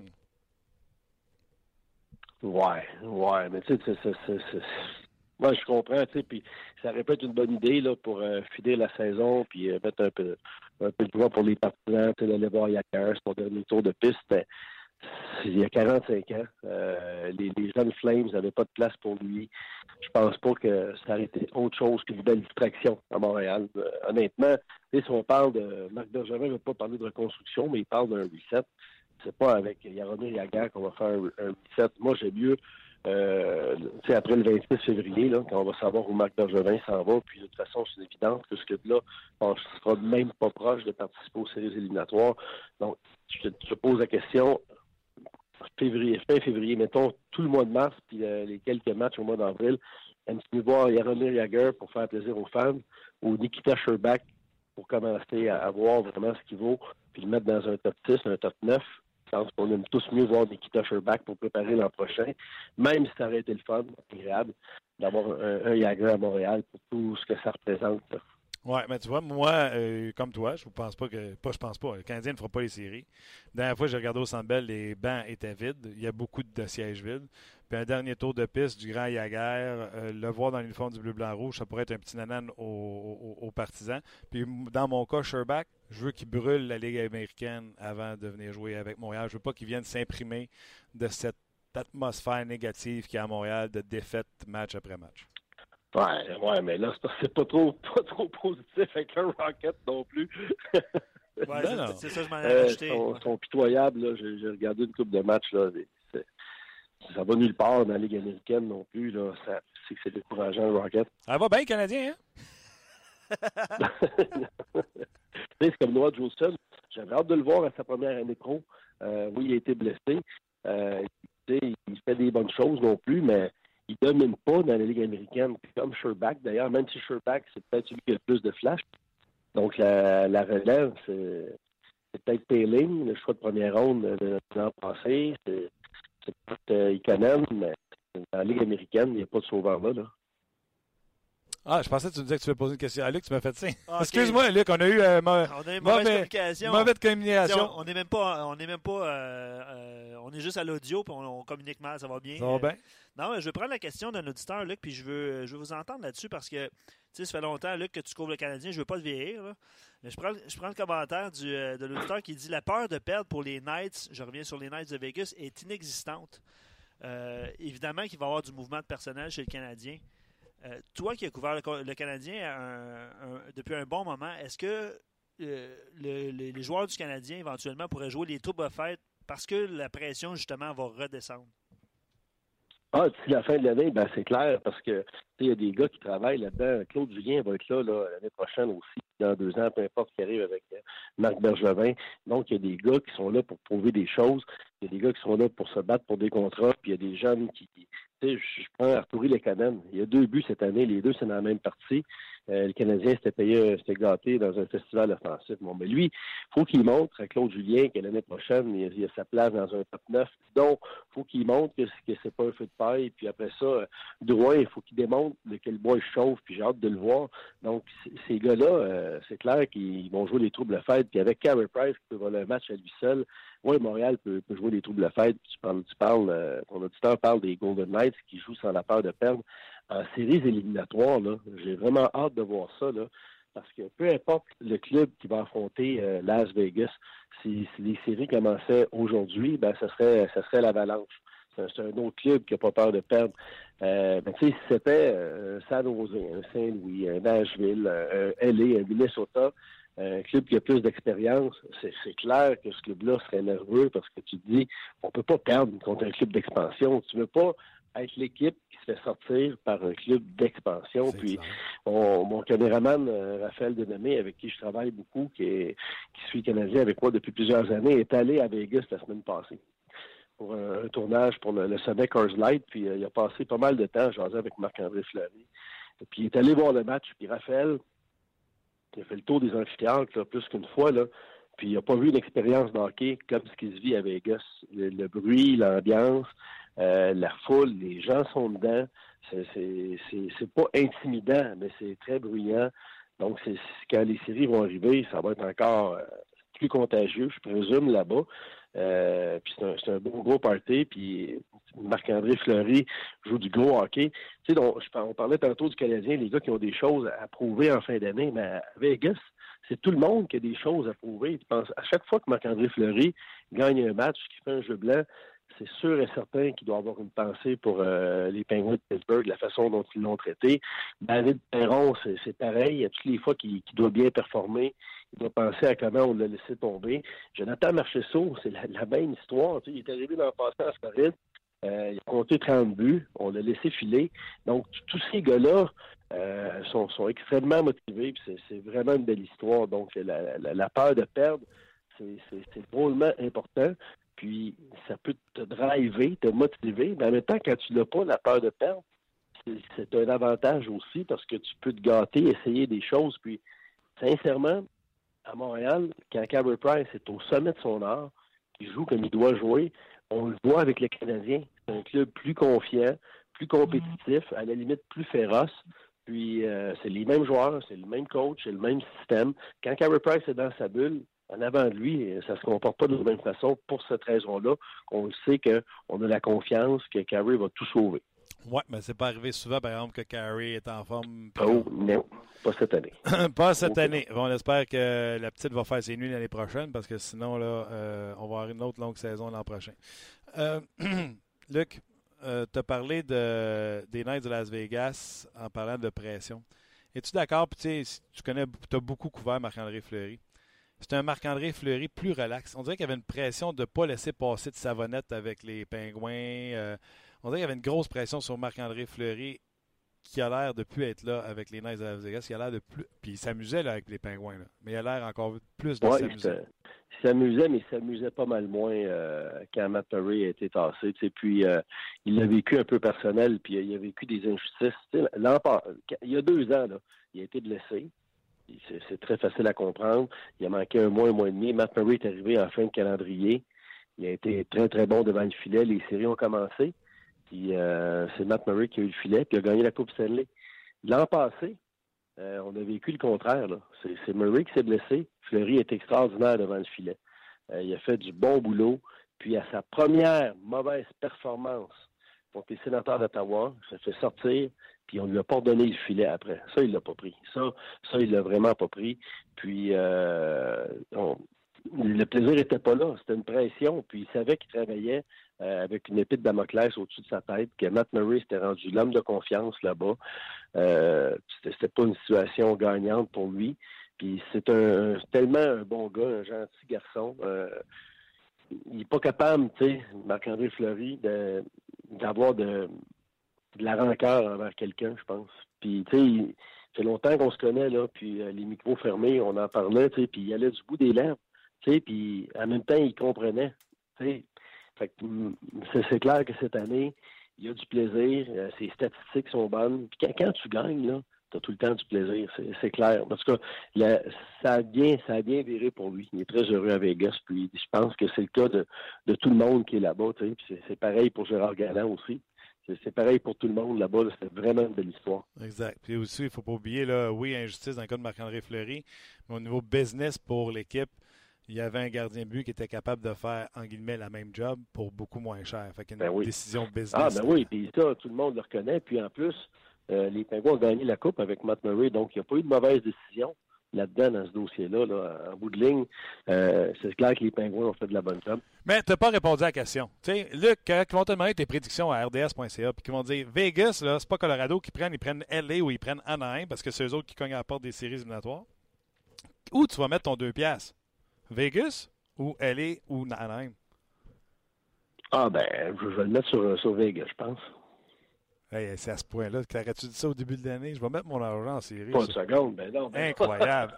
Speaker 7: Ouais, mais tu sais, moi je comprends, tu sais, puis ça aurait pu être une bonne idée là, pour filer la saison, puis mettre un peu de joie pour les partisans, tu sais, d'aller voir Jagr, son dernier tour de piste, mais il y a 45 ans. Les jeunes Flames n'avaient pas de place pour lui. Je pense pas que ça aurait été autre chose qu'une belle distraction à Montréal. Honnêtement, si on parle de... Marc Bergevin ne veut pas parler de reconstruction, mais il parle d'un reset. C'est pas avec Jaromir Jagr qu'on va faire un reset. Moi, j'aime mieux après le 26 février, là, quand on va savoir où Marc Bergevin s'en va, puis de toute façon, c'est évident que ce club-là ne sera même pas proche de participer aux séries éliminatoires. Donc, je te pose la question, fin février, mettons tout le mois de mars, puis les quelques matchs au mois d'avril, aimes-tu voir Jaromir Jagr pour faire plaisir aux fans, ou Nikita Scherbak pour commencer à voir vraiment ce qu'il vaut, puis le mettre dans un top 6, un top 9? Je pense qu'on aime tous mieux voir Nikita Scherbak pour préparer l'an prochain, même si ça aurait été le fun, agréable, d'avoir un Jagr à Montréal pour tout ce que ça représente.
Speaker 2: Oui, mais tu vois, moi, comme toi, je pense pas. Le Canadien ne fera pas les séries. La dernière fois que j'ai regardé au Centre Bell, les bancs étaient vides. Il y a beaucoup de sièges vides. Puis un dernier tour de piste du Grand Jagr, le voir dans l'uniforme du bleu-blanc-rouge, ça pourrait être un petit nanan aux partisans. Puis dans mon cas, Scherbak, je veux qu'il brûle la Ligue américaine avant de venir jouer avec Montréal. Je veux pas qu'il vienne s'imprimer de cette atmosphère négative qu'il y a à Montréal de défaite match après match.
Speaker 7: Ouais, mais là, c'est pas trop positif avec un Rocket non plus.
Speaker 3: Ouais, c'est ça, je m'en ai acheté.
Speaker 7: Ils sont pitoyables, là. J'ai regardé une couple de matchs, là. Ça va nulle part dans la Ligue américaine non plus, là. C'est décourageant, le Rocket.
Speaker 2: Ça va bien, le Canadien, hein?
Speaker 7: C'est comme Noah Jolson. J'avais hâte de le voir à sa première année pro. Oui, il a été blessé. Il fait des bonnes choses non plus, mais il ne domine pas dans la Ligue américaine. Comme Scherbak, d'ailleurs, même si Scherbak, c'est peut-être celui qui a le plus de flash. Donc, la relève, c'est peut-être Payling, le choix de première ronde de l'an passé. C'est peut-être Ikonen, mais dans la Ligue américaine, il n'y a pas de sauveur là.
Speaker 2: Ah, je pensais que tu me disais que tu veux poser une question à Luc, tu m'as fait signe.
Speaker 3: Okay.
Speaker 2: Excuse-moi, Luc, on a eu mauvaise communication.
Speaker 3: On n'est même pas, on est juste à l'audio, puis on communique mal, ça va bien.
Speaker 2: Ça va bien.
Speaker 3: Non, mais je vais prendre la question d'un auditeur, Luc, puis je veux vous entendre là-dessus parce que, tu sais, ça fait longtemps, Luc, que tu couvres le Canadien, je veux pas te vieillir, là. Mais je prends le commentaire de l'auditeur qui dit « La peur de perdre pour les Knights, je reviens sur les Knights de Vegas, est inexistante. Évidemment qu'il va y avoir du mouvement de personnel chez le Canadien. Toi qui as couvert le Canadien depuis un bon moment, est-ce que les joueurs du Canadien éventuellement pourraient jouer les troubles fêtes parce que la pression justement va redescendre?
Speaker 7: D'ici la fin de l'année, c'est clair, parce que il y a des gars qui travaillent là-dedans. Claude Julien va être là l'année prochaine aussi, dans 2 ans, peu importe ce qui arrive avec Marc Bergevin. Donc, il y a des gars qui sont là pour prouver des choses. Il y a des gars qui sont là pour se battre pour des contrats. Puis il y a des jeunes qui... je prends Arturi Lehkonen. Il y a 2 buts cette année. Les 2, c'est dans la même partie. Le Canadien s'était gâté dans un festival offensif. Bon, mais lui, il faut qu'il montre à Claude Julien que l'année prochaine, il a sa place dans un top 9. Donc, il faut qu'il montre que c'est pas un feu de paille. Puis après ça, Drouin, il faut qu'il démontre que le bois chauffe. Puis j'ai hâte de le voir. Donc, ces gars-là, c'est clair qu'ils vont jouer les troubles fêtes. Puis avec Carey Price, qui peut voler un match à lui seul, oui, Montréal peut jouer les troubles fêtes. Ton auditeur parle des Golden Knights qui jouent sans la peur de perdre. En séries éliminatoires, là, j'ai vraiment hâte de voir ça, là, parce que peu importe le club qui va affronter Las Vegas, si les séries commençaient aujourd'hui, ça serait l'Avalanche. C'est un autre club qui n'a pas peur de perdre. Si c'était San Jose, Saint-Louis, Nashville, LA, Minnesota, un club qui a plus d'expérience, c'est clair que ce club-là serait nerveux parce que tu te dis, on peut pas perdre contre un club d'expansion. Tu veux pas être l'équipe qui se fait sortir par un club d'expansion. Puis mon caméraman, Raphaël Denomé, avec qui je travaille beaucoup, qui suit Canadien avec moi depuis plusieurs années, est allé à Vegas la semaine passée pour un tournage pour le sommet Coors Light. Puis il a passé pas mal de temps à jaser avec Marc-André Fleury. Et puis il est allé voir le match. Puis Raphaël, il a fait le tour des amphithéâtres là, plus qu'une fois, là. Puis il n'a pas vu une expérience de hockey comme ce qui se vit à Vegas. Le bruit, l'ambiance, la foule, les gens sont dedans. C'est pas intimidant, mais c'est très bruyant. Donc, quand les séries vont arriver, ça va être encore plus contagieux, je présume, là-bas. Puis c'est un bon gros party. Puis Marc-André Fleury joue du gros hockey. Tu sais, on parlait tantôt du Canadien, les gars qui ont des choses à prouver en fin d'année, mais à Vegas, c'est tout le monde qui a des choses à prouver. Tu penses, à chaque fois que Marc-André Fleury gagne un match, qu'il fait un jeu blanc, c'est sûr et certain qu'il doit avoir une pensée pour les Penguins de Pittsburgh, la façon dont ils l'ont traité. David Perron, c'est pareil. À toutes les fois qu'il doit bien performer, il doit penser à comment on l'a laissé tomber. Jonathan Marchessault, c'est la même histoire. Tu sais, il est arrivé dans le passé en Floride. Il a compté 30 buts. On l'a laissé filer. Donc, tous ces gars-là sont extrêmement motivés. C'est vraiment une belle histoire. Donc, la peur de perdre, c'est drôlement important. Puis, ça peut te driver, te motiver. Mais en même temps, quand tu n'as pas la peur de perdre, c'est un avantage aussi parce que tu peux te gâter, essayer des choses. Puis, sincèrement, à Montréal, quand Carey Price est au sommet de son art, il joue comme il doit jouer, on le voit avec les Canadiens. C'est un club plus confiant, plus compétitif, à la limite plus féroce. Puis, c'est les mêmes joueurs, c'est le même coach, c'est le même système. Quand Carey Price est dans sa bulle, en avant de lui, ça ne se comporte pas de la même façon pour cette raison-là. On sait qu'on a la confiance que Carey va tout sauver.
Speaker 2: Oui, mais c'est pas arrivé souvent, par exemple, que Carey est en forme.
Speaker 7: Oh, non, pas cette année.
Speaker 2: Pas cette année. On espère que la petite va faire ses nuits l'année prochaine, parce que sinon, là, on va avoir une autre longue saison l'an prochain. Luc, tu as parlé des Knights de Las Vegas en parlant de pression. Es-tu d'accord? Puis, tu as beaucoup couvert Marc-André Fleury. C'est un Marc-André Fleury plus relax. On dirait qu'il y avait une pression de ne pas laisser passer de savonnette avec les Pingouins. On dirait qu'il y avait une grosse pression sur Marc-André Fleury qui a l'air de plus être là avec les Knights de Las Vegas. Il a l'air de plus. Puis il s'amusait là, avec les Pingouins. Là. Mais il a l'air encore plus de s'amuser.
Speaker 7: Il s'amusait, mais il s'amusait pas mal moins quand Matt Murray a été tassé. Puis il l'a vécu un peu personnel, puis il a vécu des injustices. Il y a 2 ans, là, il a été blessé. C'est très facile à comprendre. Il a manqué un mois et demi. Matt Murray est arrivé en fin de calendrier. Il a été très, très bon devant le filet. Les séries ont commencé. Puis c'est Matt Murray qui a eu le filet puis a gagné la Coupe Stanley. L'an passé, on a vécu le contraire. Là. C'est Murray qui s'est blessé. Fleury est extraordinaire devant le filet. Il a fait du bon boulot. Puis à sa première mauvaise performance contre les Sénateurs d'Ottawa, ça fait sortir. Puis on lui a pas donné le filet après. Ça, il l'a pas pris. Ça, il l'a vraiment pas pris. Puis le plaisir était pas là. C'était une pression. Puis il savait qu'il travaillait avec une épée de Damoclès au-dessus de sa tête, que Matt Murray s'était rendu l'homme de confiance là-bas. C'était pas une situation gagnante pour lui. Puis c'est tellement un bon gars, un gentil garçon. Il n'est pas capable, tu sais, Marc-André Fleury, d'avoir de la rancœur envers quelqu'un, je pense. Puis, tu sais, ça fait longtemps qu'on se connaît, là, puis les micros fermés, on en parlait, tu sais, puis il allait du bout des lèvres, tu sais, puis en même temps, il comprenait, tu sais. Fait que c'est clair que cette année, il y a du plaisir, ses statistiques sont bonnes. Puis quand tu gagnes, là, tu as tout le temps du plaisir, c'est clair. En tout cas, ça a bien viré pour lui. Il est très heureux à Vegas, puis je pense que c'est le cas de tout le monde qui est là-bas, tu sais. Puis c'est pareil pour Gérard Galland aussi. C'est pareil pour tout le monde là-bas. Là, c'est vraiment une belle histoire.
Speaker 2: Exact. Puis aussi, il ne faut pas oublier, là, oui, injustice dans le cas de Marc-André Fleury, mais au niveau business pour l'équipe, il y avait un gardien de but qui était capable de faire, en guillemets, la même job pour beaucoup moins cher. Fait qu'il y a une décision business.
Speaker 7: Ah, ben oui. Puis ça, tout le monde le reconnaît. Puis en plus, les Pingouins ont gagné la Coupe avec Matt Murray. Donc, il n'y a pas eu de mauvaise décision là-dedans, dans ce dossier-là. Là, en bout de ligne, c'est clair que les Pingouins ont fait de la bonne job.
Speaker 2: Mais tu n'as pas répondu à la question. Tu sais, Luc, quand ils vont te demander tes prédictions à rds.ca, puis qu'ils vont dire Vegas, là, c'est pas Colorado qu'ils prennent, ils prennent LA ou ils prennent Anaheim parce que c'est eux autres qui cognent à la porte des séries éliminatoires. Où tu vas mettre ton 2 piastres? Vegas ou LA ou Anaheim?
Speaker 7: Ah, ben, je vais le mettre sur Vegas, je pense.
Speaker 2: Hey, c'est à ce point-là. T'aurais-tu dit ça au début de l'année? Je vais mettre mon argent en série.
Speaker 7: Pas une seconde, ben non. Ben
Speaker 2: incroyable.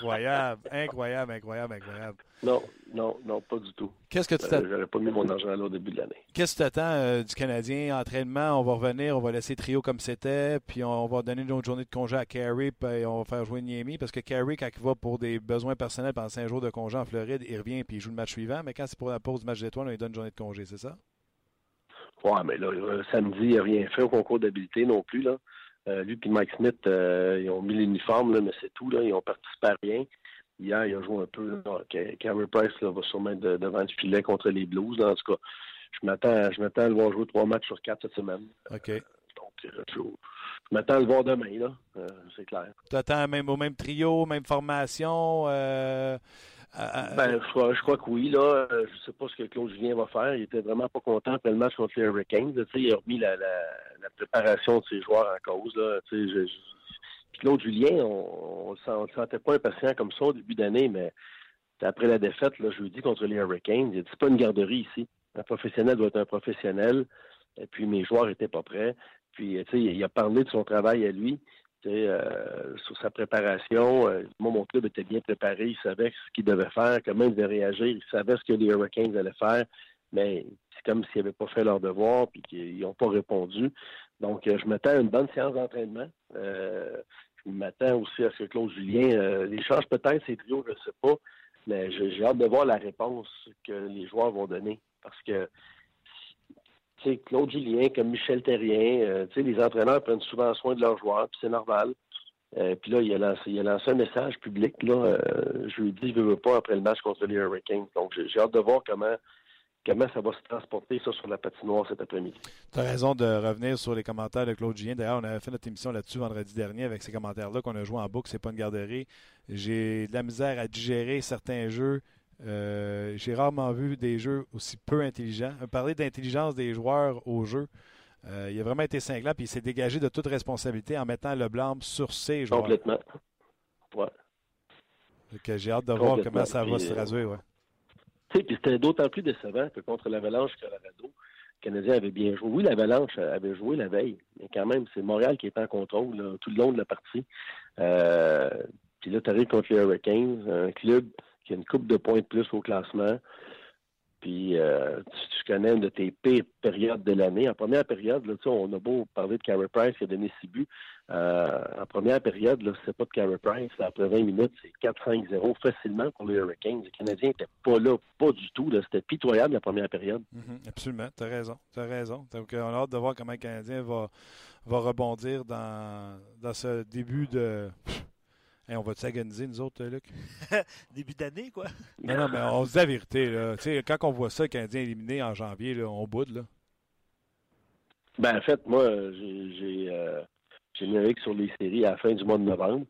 Speaker 7: Non, pas du tout.
Speaker 2: Qu'est-ce que tu t'attends?
Speaker 7: J'aurais pas mis mon argent là au début de l'année.
Speaker 2: Qu'est-ce que tu attends du Canadien? Entraînement, on va revenir, on va laisser Trio comme c'était, puis on va donner une autre journée de congé à Carey, puis on va faire jouer Niemi, parce que Carey, quand il va pour des besoins personnels pendant 5 jours de congé en Floride, il revient et il joue le match suivant, mais quand c'est pour la pause du match d'étoiles, on lui donne une journée de congé, c'est ça?
Speaker 7: Ouais, mais là, samedi, il n'a rien fait au concours d'habileté non plus, là. Lui et Mike Smith, ils ont mis l'uniforme, là, mais c'est tout, là. Ils ont participé à rien. Hier, il a joué un peu. Carey Price là, va sûrement être devant le filet contre les Blues. Là. En tout cas, je m'attends à le voir jouer 3 matchs sur 4 cette semaine.
Speaker 2: OK.
Speaker 7: Donc, Je m'attends à le voir demain, là. C'est clair.
Speaker 2: Tu attends au même trio, même formation?
Speaker 7: Je crois que oui, là. Je sais pas ce que Claude Julien va faire. Il était vraiment pas content après le match contre les Hurricanes. Tu sais, il a remis la préparation de ses joueurs en cause, là. Tu sais, puis Claude Julien, on le sentait pas impatient comme ça au début d'année, mais après la défaite, là, jeudi contre les Hurricanes, il a dit, c'est pas une garderie ici. Un professionnel doit être un professionnel. Et puis, mes joueurs étaient pas prêts. Puis, tu sais, il a parlé de son travail à lui, tu sais, sur sa préparation. Moi, mon club était bien préparé. Il savait ce qu'il devait faire, comment il devait réagir. Il savait ce que les Hurricanes allaient faire. Mais c'est comme s'ils n'avaient pas fait leur devoir puis qu'ils n'ont pas répondu. Donc, je m'attends à une bonne séance d'entraînement. Je m'attends aussi à ce que Claude Julien les change peut-être, ces trios, je ne sais pas. Mais j'ai hâte de voir la réponse que les joueurs vont donner. Parce que, tu sais, Claude Julien, comme Michel Therrien, tu sais, les entraîneurs prennent souvent soin de leurs joueurs, puis c'est normal. Puis là, il a lancé un message public, là, jeudi, je veux pas, après le match contre les Hurricanes. Donc, j'ai hâte de voir comment ça va se transporter, ça, sur la patinoire cet après-midi.
Speaker 2: Tu as raison de revenir sur les commentaires de Claude Julien. D'ailleurs, on avait fait notre émission là-dessus vendredi dernier avec ces commentaires-là qu'on a joué en boucle. C'est pas une garderie. J'ai de la misère à digérer certains jeux. J'ai rarement vu des jeux aussi peu intelligents. Parler d'intelligence des joueurs au jeu, il a vraiment été cinglant puis il s'est dégagé de toute responsabilité en mettant le blâme sur ses joueurs.
Speaker 7: Complètement. Ouais.
Speaker 2: Donc, j'ai hâte de voir comment ça va se traduire. Ouais.
Speaker 7: Tu sais, puis c'était d'autant plus décevant que contre l'Avalanche Colorado, le Canadien avait bien joué. Oui, l'Avalanche avait joué la veille, mais quand même, c'est Montréal qui est en contrôle là, tout le long de la partie. Puis là, tu arrives contre les Hurricanes, un club qui a une coupe de points de plus au classement. Puis tu connais une de tes pires périodes de l'année. En première période, là, on a beau parler de Carey Price qui a donné 6 buts. En première période, là, c'est pas de Carey Price. Là, après 20 minutes, c'est 4-5-0 facilement pour les Hurricanes. Les Canadiens n'étaient pas là, pas du tout. Là. C'était pitoyable la première période.
Speaker 2: Absolument, tu as raison. Donc, on a hâte de voir comment le Canadien va rebondir dans ce début de... Hey, on va-tu s'agoniser, nous autres, Luc?
Speaker 3: Début d'année, quoi.
Speaker 2: Non, mais on se dit la vérité. Là. Quand on voit ça, le Canadien éliminé en janvier, là, on boude. Là.
Speaker 7: Ben, en fait, moi, j'ai mis avec sur les séries à la fin du mois de novembre.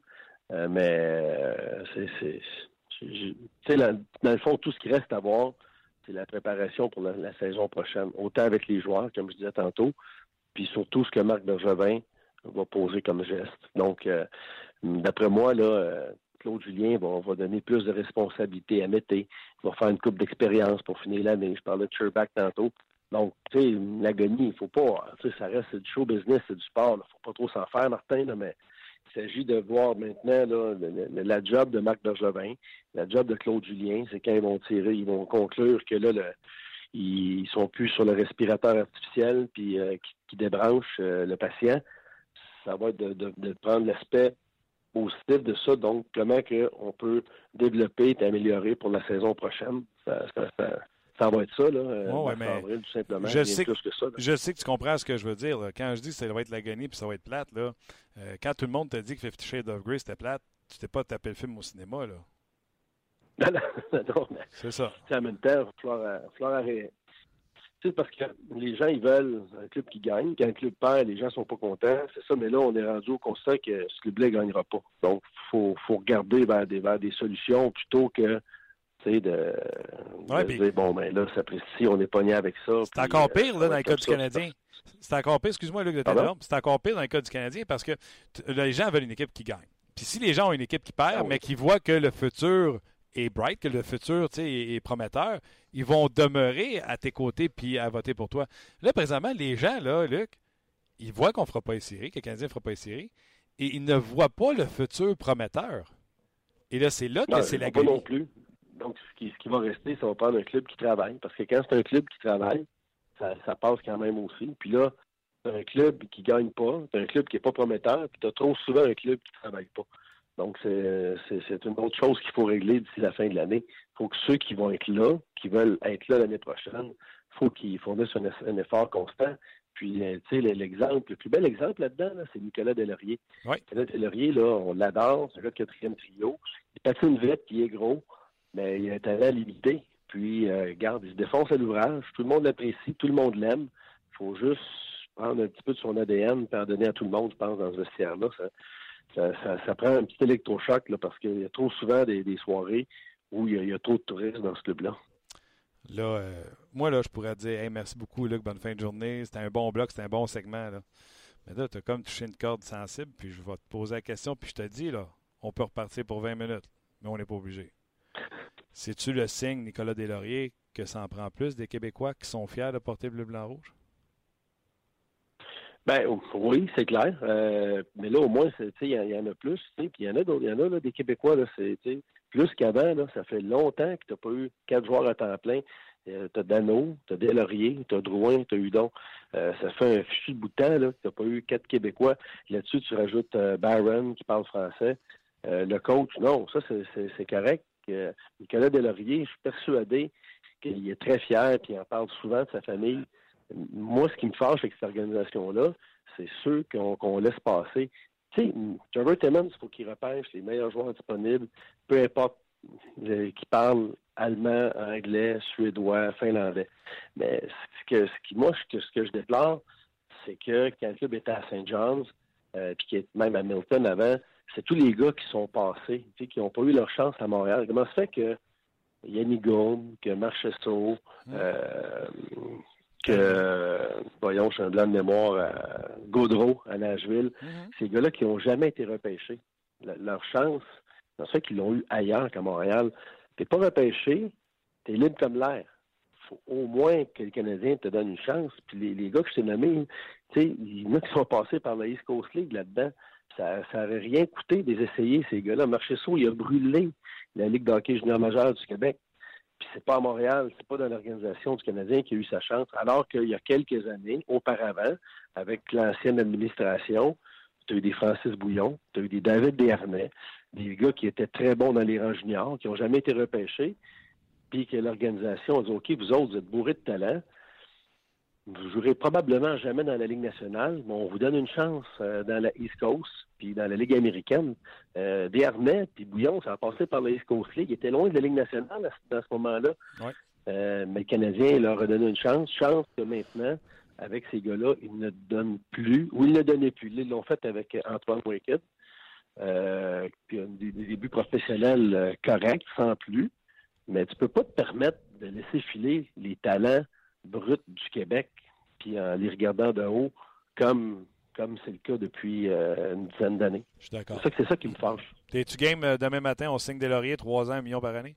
Speaker 7: Dans le fond, tout ce qui reste à voir, c'est la préparation pour la saison prochaine. Autant avec les joueurs, comme je disais tantôt, puis surtout ce que Marc Bergevin va poser comme geste. Donc, d'après moi, là, Claude Julien va donner plus de responsabilités à Mété. Il va faire une coupe d'expérience pour finir l'année. Je parlais de Sherbach tantôt. Donc, tu sais, l'agonie, il faut pas... Tu sais, ça reste du show business, c'est du sport. Il ne faut pas trop s'en faire, Martin, là, mais il s'agit de voir maintenant là, la job de Marc Bergevin, la job de Claude Julien. C'est quand ils vont conclure que là, ils sont plus sur le respirateur artificiel puis qui débranche le patient. Ça va être de prendre l'aspect positif de ça. Donc, comment on peut développer et améliorer pour la saison prochaine. Ça va être ça, là.
Speaker 2: Mais
Speaker 7: avril, tout simplement.
Speaker 2: Je sais que tu comprends ce que je veux dire. Là. Quand je dis que ça va être l'agonie puis ça va être plate, là, quand tout le monde t'a dit que 50 Shades of Grey c'était plate, tu t'es pas tapé le film au cinéma, là.
Speaker 7: Non, mais
Speaker 2: c'est ça.
Speaker 7: En même temps, il va falloir arrêter. Tu sais, parce que les gens, ils veulent un club qui gagne. Quand un club perd, les gens sont pas contents. C'est ça, mais là, on est rendu au constat que ce club-là ne gagnera pas. Donc, il faut regarder vers des solutions plutôt que de dire, bon, ben là, ça précise, on est pogné avec ça.
Speaker 2: C'est encore pire, là, dans le cas du Canadien. C'est encore pire, excuse-moi, Luc, de t'interrompre. C'est encore pire dans le cas du Canadien parce que les gens veulent une équipe qui gagne. Puis si les gens ont une équipe qui perd, mais qui voient que le futur est bright, que le futur est prometteur, ils vont demeurer à tes côtés puis à voter pour toi. Là, présentement, les gens, là, Luc, ils voient qu'on ne fera pas les séries, que le Canadien ne fera pas les séries, et ils ne voient pas le futur prometteur. Et là, c'est là que c'est la gueule.
Speaker 7: Pas non plus. Donc, ce qui va rester, ça va prendre un club qui travaille. Parce que quand c'est un club qui travaille, ça passe quand même aussi. Puis là, c'est un club qui gagne pas, c'est un club qui n'est pas prometteur, puis tu as trop souvent un club qui ne travaille pas. Donc, c'est une autre chose qu'il faut régler d'ici la fin de l'année. Il faut que ceux qui vont être là, qui veulent être là l'année prochaine, il faut qu'ils fournissent un effort constant. Puis, tu sais, le plus bel exemple là-dedans, là, c'est Nicolas Deslauriers.
Speaker 2: Oui.
Speaker 7: Nicolas Deslauriers, là, on l'adore, c'est un gars de 4e trio. Il patine vite, il est gros, mais il a un talent limité. Puis, regarde, il se défonce à l'ouvrage. Tout le monde l'apprécie, tout le monde l'aime. Il faut juste prendre un petit peu de son ADN et en donner à tout le monde, je pense, dans ce vestiaire-là. Ça prend un petit électrochoc là, parce qu'il y a trop souvent des soirées où il y a trop de touristes dans ce club-là.
Speaker 2: Là, moi, là, je pourrais te dire hey, merci beaucoup, Luc, bonne fin de journée. C'était un bon bloc, c'était un bon segment. Là. Mais là, tu as comme touché une corde sensible, puis je vais te poser la question, puis je te dis, là, on peut repartir pour 20 minutes, mais on n'est pas obligé. C'est-tu le signe, Nicolas Deslauriers, que ça en prend plus des Québécois qui sont fiers de porter bleu, blanc, rouge?
Speaker 7: Ben oui, c'est clair. Mais là, au moins, il y en a plus. Puis il y en a d'autres. Il y en a là, des Québécois, là, plus qu'avant. Là, ça fait longtemps que tu n'as pas eu 4 joueurs à temps plein. Tu as Dano, tu as Deslauriers, tu as Drouin, tu as Hudon. Ça fait un fichu de bout de temps là, que tu n'as pas eu 4 Québécois. Là-dessus, tu rajoutes Barron qui parle français. Le coach, non, ça, c'est correct. Nicolas Deslauriers, je suis persuadé qu'il est très fier et il en parle souvent de sa famille. Moi, ce qui me fâche avec cette organisation-là, c'est ceux qu'on laisse passer. Tu sais, Trevor Timmons, il faut qu'il repêche les meilleurs joueurs disponibles, peu importe qui parlent allemand, anglais, suédois, finlandais. Mais ce que je déplore, c'est que quand le club était à St. John's, puis qui est même à Milton avant, c'est tous les gars qui sont passés, qui n'ont pas eu leur chance à Montréal. Comment ça fait que Yannick Gourde, que Marchessault, voyons, j'ai un blanc de mémoire, Gaudreau à Nashville, ces gars-là qui n'ont jamais été repêchés. Leur chance, c'est ça qu'ils l'ont eu ailleurs qu'à Montréal. T'es pas repêché, t'es libre comme l'air. Faut au moins que les Canadiens te donnent une chance. Puis les gars que je t'ai nommés, tu sais, il y en a qui sont passés par la East Coast League là-dedans. Ça n'aurait rien coûté de les essayer, ces gars-là. Marchessault, il a brûlé la Ligue de hockey junior majeure du Québec. Puis c'est pas à Montréal, c'est pas dans l'organisation du Canadien qui a eu sa chance. Alors qu'il y a quelques années, auparavant, avec l'ancienne administration, tu as eu des Francis Bouillon, tu as eu des David Desharnais, des gars qui étaient très bons dans les rangs juniors, qui n'ont jamais été repêchés, puis que l'organisation a dit « OK, vous autres, vous êtes bourrés de talent, vous ne jouerez probablement jamais dans la Ligue nationale, mais on vous donne une chance dans la East Coast, puis dans la Ligue américaine. » Desharnais puis Bouillon, ça a passé par la East Coast League, ils étaient loin de la Ligue nationale dans ce moment-là.
Speaker 2: Ouais.
Speaker 7: Mais le Canadien leur a donné une chance que maintenant, avec ces gars-là, ils ne donnent plus, ou ils ne donnaient plus. Ils l'ont fait avec Antoine Wickett, puis des débuts professionnels corrects, sans plus. Mais tu peux pas te permettre de laisser filer les talents bruts du Québec, puis en les regardant de haut, comme c'est le cas depuis une dizaine d'années.
Speaker 2: Je suis d'accord.
Speaker 7: C'est ça qui me fâche.
Speaker 2: T'es-tu game demain matin, on signe Deslauriers, 3 ans, 1 million par année?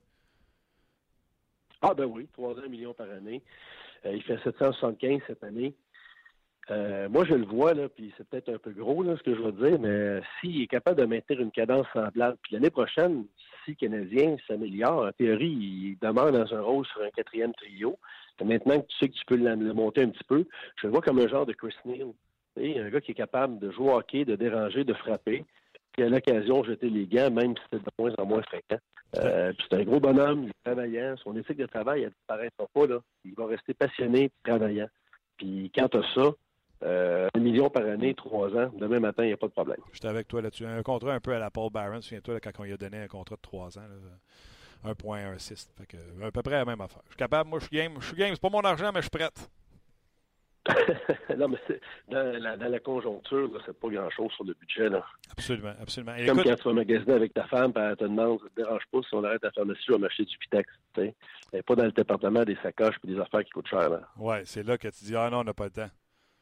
Speaker 7: Ah ben oui, 3 ans, 1 million par année. Il fait 775 cette année. Moi, je le vois, là, puis c'est peut-être un peu gros, là, ce que je veux dire, mais s'il est capable de maintenir une cadence semblable, puis l'année prochaine, si le Canadien s'améliore, en théorie, il demande dans un rôle sur un 4e trio. Maintenant que tu sais que tu peux le monter un petit peu, je le vois comme un genre de Chris Neal. Un gars qui est capable de jouer au hockey, de déranger, de frapper, puis à l'occasion jeter les gants, même si c'est de moins en moins fréquent. Puis c'est un gros bonhomme, il est travaillant. Son éthique de travail, elle ne disparaîtra pas. Là. Il va rester passionné, travaillant. Puis quand tu as ça, 1 million par année, 3 ans, demain matin, il n'y a pas de problème.
Speaker 2: Je suis avec toi là-dessus. Un contrat un peu à la Paul Barron, souviens-toi, là, quand on lui a donné un contrat de 3 ans, là, 1,16. Fait que, à peu près la même affaire. Je suis capable, moi, je suis game. C'est pas mon argent, mais je suis prête.
Speaker 7: Non, mais dans la conjoncture, là, c'est pas grand-chose sur le budget. Là.
Speaker 2: Absolument, absolument.
Speaker 7: C'est comme quand tu vas magasiner avec ta femme, puis elle te demande, ça te dérange pas si on arrête la pharmacie, on va m'acheter du Pitex. Elle n'est pas dans le département des sacoches et des affaires qui coûtent cher.
Speaker 2: Oui, c'est là que tu dis, ah non, on n'a pas le temps.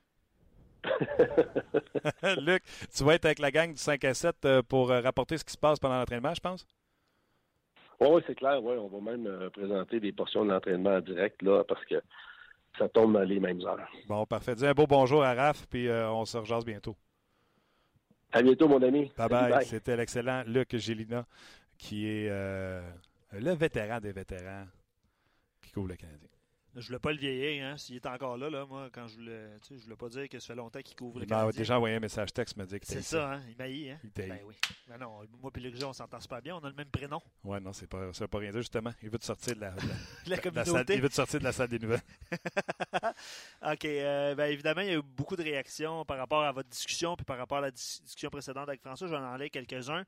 Speaker 2: Luc, tu vas être avec la gang du 5 à 7 pour rapporter ce qui se passe pendant l'entraînement, je pense?
Speaker 7: Oui, c'est clair. Ouais, on va même présenter des portions de l'entraînement en direct là, parce que ça tombe dans les mêmes heures.
Speaker 2: Bon, parfait. Dis un beau bonjour à Raph, puis on se rejase bientôt.
Speaker 7: À bientôt, mon ami.
Speaker 2: Bye-bye.
Speaker 7: Bye.
Speaker 2: C'était l'excellent Luc Gélina, qui est le vétéran des vétérans qui couvre le Canadien.
Speaker 3: Je voulais pas le vieillir, hein. S'il est encore là, moi, quand je voulais pas dire que ça fait longtemps qu'il couvre le Canadien.
Speaker 2: Déjà envoyé un message texte, me dit que
Speaker 3: c'est ça, hein. Il m'haït, hein.
Speaker 2: Ben
Speaker 3: oui. Ben non, moi et Luc, on s'entend super bien, on a le même prénom.
Speaker 2: Ouais, non, ça veut pas rien dire, justement. Il veut te sortir de
Speaker 3: la communauté.
Speaker 2: Il veut te sortir de la salle des nouvelles.
Speaker 3: OK. Ben évidemment, il y a eu beaucoup de réactions par rapport à votre discussion puis par rapport à la discussion précédente avec François. Je vais en aller quelques-uns.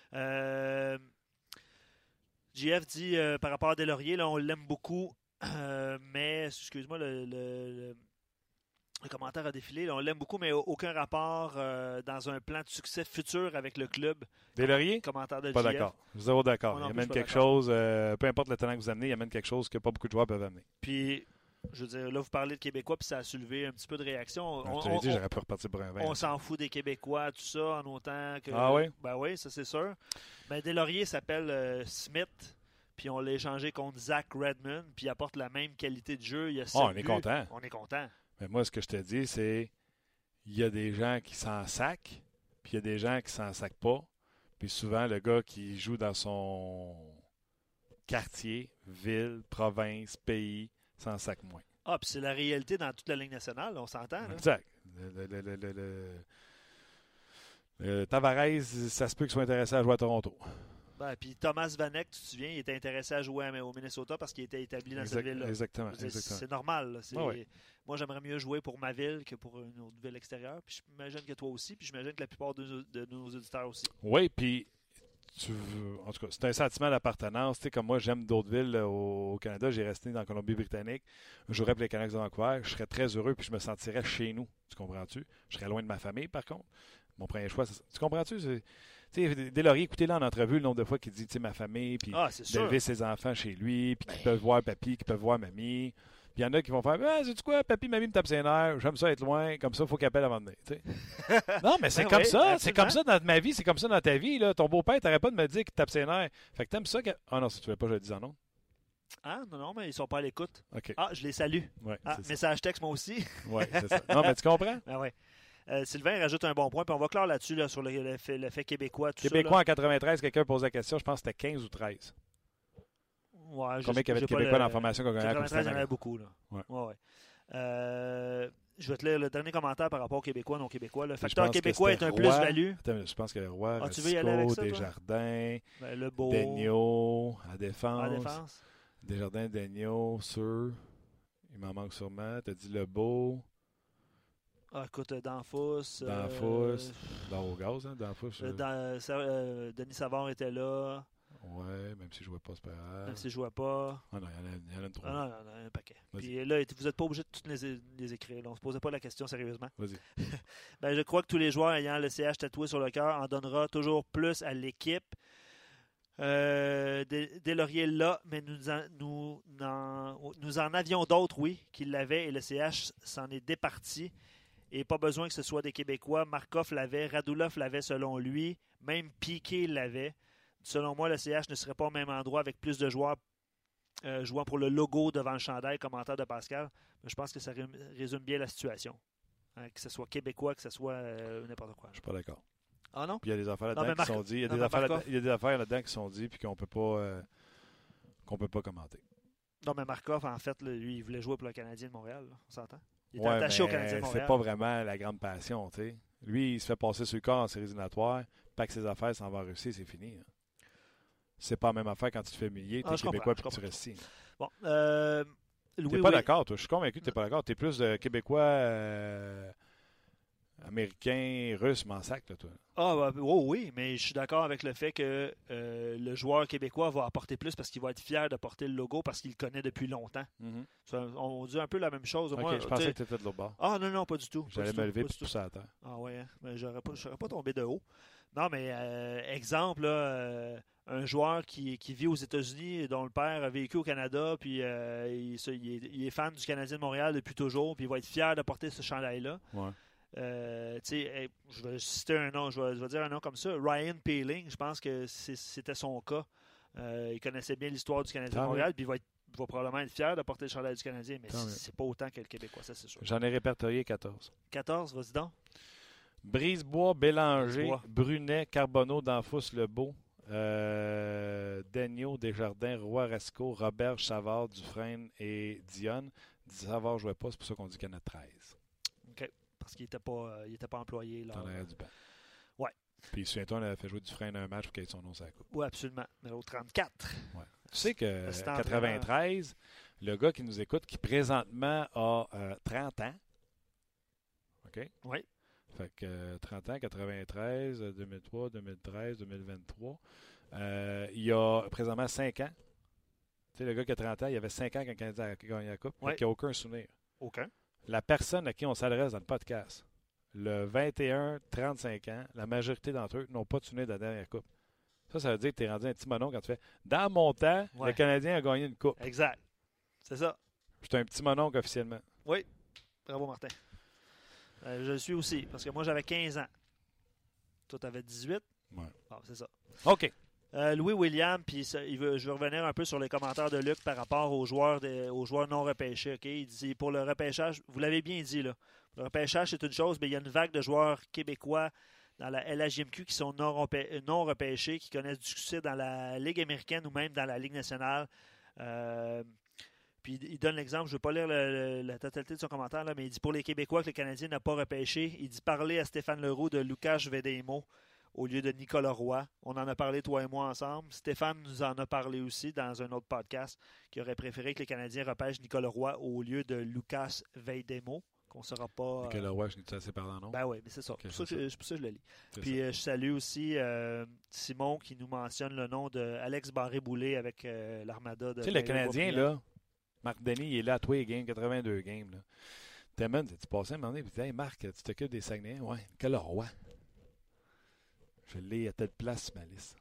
Speaker 3: JF dit, par rapport à Deslauriers, là, on l'aime beaucoup. Mais, excuse-moi, Le commentaire a défilé. Là, on l'aime beaucoup, mais aucun rapport dans un plan de succès futur avec le club.
Speaker 2: Deslauriers?
Speaker 3: Commentaire de
Speaker 2: Pas
Speaker 3: JF.
Speaker 2: d'accord. Zéro d'accord.
Speaker 3: Moi non
Speaker 2: Il
Speaker 3: plus,
Speaker 2: amène
Speaker 3: je suis
Speaker 2: quelque
Speaker 3: pas d'accord.
Speaker 2: chose, peu importe le talent que vous amenez, il amène quelque chose que pas beaucoup de joueurs peuvent amener.
Speaker 3: Puis, je veux dire, là, vous parlez de Québécois, puis ça a soulevé un petit peu de réaction.
Speaker 2: Je te l'ai dit, j'aurais pu repartir pour un 20.
Speaker 3: On s'en fout des Québécois, tout ça, en autant que...
Speaker 2: Ah oui?
Speaker 3: Ben oui, ça c'est sûr. Mais Deslauriers s'appelle Smith, puis on l'a échangé contre Zach Redmond, puis il apporte la même qualité de jeu. Il y a 7
Speaker 2: on est
Speaker 3: buts.
Speaker 2: content.
Speaker 3: On est content.
Speaker 2: Mais moi, ce que je te dis, c'est il y a des gens qui s'en sacent, puis il y a des gens qui s'en sacent pas. Puis souvent, le gars qui joue dans son quartier, ville, province, pays, s'en sac moins.
Speaker 3: Ah, puis c'est la réalité dans toute la Ligue nationale, on s'entend. Là.
Speaker 2: Exact. Tavares, ça se peut qu'il soit intéressé à jouer à Toronto.
Speaker 3: Ben, puis Thomas Vanek, tu te souviens, il était intéressé à jouer au Minnesota parce qu'il était établi dans cette ville-là.
Speaker 2: Exactement.
Speaker 3: C'est normal. Là.
Speaker 2: Ah ouais.
Speaker 3: Moi, j'aimerais mieux jouer pour ma ville que pour une autre ville extérieure. Puis j'imagine que toi aussi, puis j'imagine que la plupart de nos auditeurs aussi.
Speaker 2: Oui, puis en tout cas, c'est un sentiment d'appartenance. Tu sais, comme moi, j'aime d'autres villes au Canada. J'ai resté dans la Colombie-Britannique. Je jouerais pour les Canucks de Vancouver. Je serais très heureux puis je me sentirais chez nous. Tu comprends-tu? Je serais loin de ma famille, par contre. Mon premier choix, tu comprends-tu? Tu sais, Deslauriers, écoutez-là en entrevue le nombre de fois qu'il dit, tu sais, ma famille, puis d'élever ses enfants chez lui, puis qu'ils peuvent voir papy, qu'ils peuvent voir mamie. Puis il y en a qui vont faire, sais-tu quoi, papy, mamie me tape ses nerfs, j'aime ça être loin, comme ça, il faut qu'il appelle avant de venir. Non, mais c'est comme ça, c'est comme ça dans ma vie, c'est comme ça dans ta vie. Là. Ton beau-père, t'arrêtes pas de me dire qu'il te tape ses nerfs. Fait que t'aimes ça. Ah non, si tu veux pas, je le dis en nom.
Speaker 3: Ah, non, mais ils sont pas à l'écoute.
Speaker 2: Okay.
Speaker 3: Ah, je les salue.
Speaker 2: Ouais,
Speaker 3: message texte, moi aussi.
Speaker 2: Oui, c'est ça. Non, mais tu comprends?
Speaker 3: Ah ouais. Sylvain rajoute un bon point, puis on va clore là-dessus là, sur le fait québécois. Tout
Speaker 2: Québécois
Speaker 3: ça, là.
Speaker 2: en 93, quelqu'un pose la question, je pense que c'était 15 ou 13.
Speaker 3: Ouais,
Speaker 2: combien il y avait de Québécois dans la formation qu'on gagnait à
Speaker 3: 93, il y en avait beaucoup. Là.
Speaker 2: Ouais.
Speaker 3: Je vais te lire le dernier commentaire par rapport aux Québécois, non Québécois. Le facteur québécois est un plus-value.
Speaker 2: Attends, je pense que le Roi,
Speaker 3: tu veux y aller avec ça,
Speaker 2: Desjardins,
Speaker 3: le Beau,
Speaker 2: Daigneault, à défense. Desjardins, Daigneault, sûr. Il m'en manque sûrement. Tu as dit le Beau.
Speaker 3: Ah, écoute, Danfous.
Speaker 2: Darogaz, hein, Danfous.
Speaker 3: Denis Savard était là.
Speaker 2: Ouais, même s'il ne jouait pas, c'est pas grave.
Speaker 3: Même s'il ne jouait pas.
Speaker 2: Ah non, il y en a une trop.
Speaker 3: Ah non, il y en a un paquet. Puis là, vous n'êtes pas obligé de toutes les écrire. Là. On ne se posait pas la question sérieusement.
Speaker 2: Vas-y.
Speaker 3: Je crois que tous les joueurs ayant le CH tatoué sur le cœur en donnera toujours plus à l'équipe. Deslauriers là, mais nous en avions d'autres, oui, qui l'avaient et le CH s'en est départi. Et pas besoin que ce soit des Québécois. Markov l'avait, Radulov l'avait selon lui, même Piquet l'avait. Selon moi, le CH ne serait pas au même endroit avec plus de joueurs jouant pour le logo devant le chandail, commentaire de Pascal. Mais je pense que ça résume bien la situation. Hein, que ce soit Québécois, que ce soit n'importe quoi.
Speaker 2: Je suis pas d'accord.
Speaker 3: Ah non?
Speaker 2: Puis il y a des affaires là-dedans qui sont dites. Il y a des affaires là-dedans qui sont dites puis qu'on peut pas commenter.
Speaker 3: Non, mais Markov, en fait, lui, il voulait jouer pour le Canadien de Montréal. Là. On s'entend? Il était attaché au Canadien de Montréal.
Speaker 2: C'est pas vraiment la grande passion, tu sais. Lui, il se fait passer sur le corps en séries éliminatoires, pas que ses affaires s'en vont en Russie, c'est fini. Hein. C'est pas la même affaire quand tu te fais humilier, t'es Québécois puis tu restes ici.
Speaker 3: Bon,
Speaker 2: t'es pas d'accord, toi. Je suis convaincu que t'es pas d'accord. T'es plus de Québécois américain, russe, m'en sac, là, toi.
Speaker 3: Oui, mais je suis d'accord avec le fait que le joueur québécois va apporter plus parce qu'il va être fier de porter le logo parce qu'il le connaît depuis longtemps. Mm-hmm. On dit un peu la même chose.
Speaker 2: Okay,
Speaker 3: moi,
Speaker 2: je pensais que tu étais de l'autre bord.
Speaker 3: Ah non, pas du tout.
Speaker 2: J'allais me lever et pousser à la terre.
Speaker 3: Ah ouais, mais je ne serais pas tombé de haut. Non, mais exemple, là, un joueur qui vit aux États-Unis et dont le père a vécu au Canada, puis il est fan du Canadien de Montréal depuis toujours, puis il va être fier de porter ce chandail-là.
Speaker 2: Ouais.
Speaker 3: Je vais citer un nom, je vais dire un nom comme ça. Ryan Peeling, je pense que c'était son cas. Il connaissait bien l'histoire du Canadien de Montréal, puis il va probablement être fier de porter le chandail du Canadien, mais c'est pas autant que le Québécois, ça c'est sûr.
Speaker 2: J'en ai répertorié 14.
Speaker 3: 14, vas-y donc.
Speaker 2: Brisebois, Bélanger, Brunet, Carbonneau, Danfous, Lebeau, Daigneault, Desjardins, Roy, Rasco, Robert, Savard, Dufresne et Dionne. Savard ne jouait pas, c'est pour ça qu'on dit qu'il y en a 13.
Speaker 3: OK. Parce qu'il n'était pas employé. Là.
Speaker 2: Dans l'arrière du banc.
Speaker 3: Ouais.
Speaker 2: Puis souviens-toi, on avait fait jouer Dufresne un match pour qu'il ait son nom sur la coupe.
Speaker 3: Oui, absolument. Numéro 34.
Speaker 2: Ouais. Tu sais que 93, le gars qui nous écoute, qui présentement a 30 ans. OK?
Speaker 3: Oui.
Speaker 2: Fait que 30 ans, 93, 2003, 2013, 2023. Il y a présentement 5 ans. Tu sais, le gars qui a 30 ans, il avait 5 ans quand il a gagné la coupe.
Speaker 3: Ouais.
Speaker 2: Il n'y a aucun souvenir.
Speaker 3: Aucun.
Speaker 2: la personne à qui on s'adresse dans le podcast, le 21-35 ans, la majorité d'entre eux n'ont pas tuné de la dernière coupe. Ça veut dire que tu es rendu un petit monon quand tu fais « Dans mon temps, le Canadien a gagné une coupe. »
Speaker 3: Exact. C'est ça.
Speaker 2: Je suis un petit monon officiellement.
Speaker 3: Oui. Bravo, Martin. Je le suis aussi, parce que moi, j'avais 15 ans. Toi, tu avais 18?
Speaker 2: Oui.
Speaker 3: Bon, c'est ça.
Speaker 2: OK.
Speaker 3: Louis William, puis je veux revenir un peu sur les commentaires de Luc par rapport aux joueurs non repêchés. Okay? Il dit, pour le repêchage, vous l'avez bien dit, là, le repêchage, c'est une chose, mais il y a une vague de joueurs québécois dans la LHJMQ qui sont non repêchés, qui connaissent du succès dans la Ligue américaine ou même dans la Ligue nationale. Puis il donne l'exemple, je ne veux pas lire la totalité de son commentaire, là, mais il dit pour les Québécois que le Canadien n'a pas repêché, il dit parler à Stéphane Leroux de Lucas Vedemo au lieu de Nicolas Roy. On en a parlé, toi et moi, ensemble. Stéphane nous en a parlé aussi dans un autre podcast qui aurait préféré que les Canadiens repêchent Nicolas Roy au lieu de Lucas Vedemo. Qu'on ne saura pas.
Speaker 2: Nicolas Roy, je n'ai assez parlé, non?
Speaker 3: Ben oui, mais c'est ça.
Speaker 2: Okay,
Speaker 3: c'est pour ça que je le lis. Puis je salue aussi Simon qui nous mentionne le nom d'Alex Barré-Boulay avec l'Armada de.
Speaker 2: Tu sais, le Canadien, là, Marc Denis, il est là à tous les games, 82 games. Là. Tellement, tu passais un moment donné, et tu dis, hey Marc, tu t'occupes des Saguenayens? Ouais, Nicolas Roy. Je l'ai à telle place sur ma liste.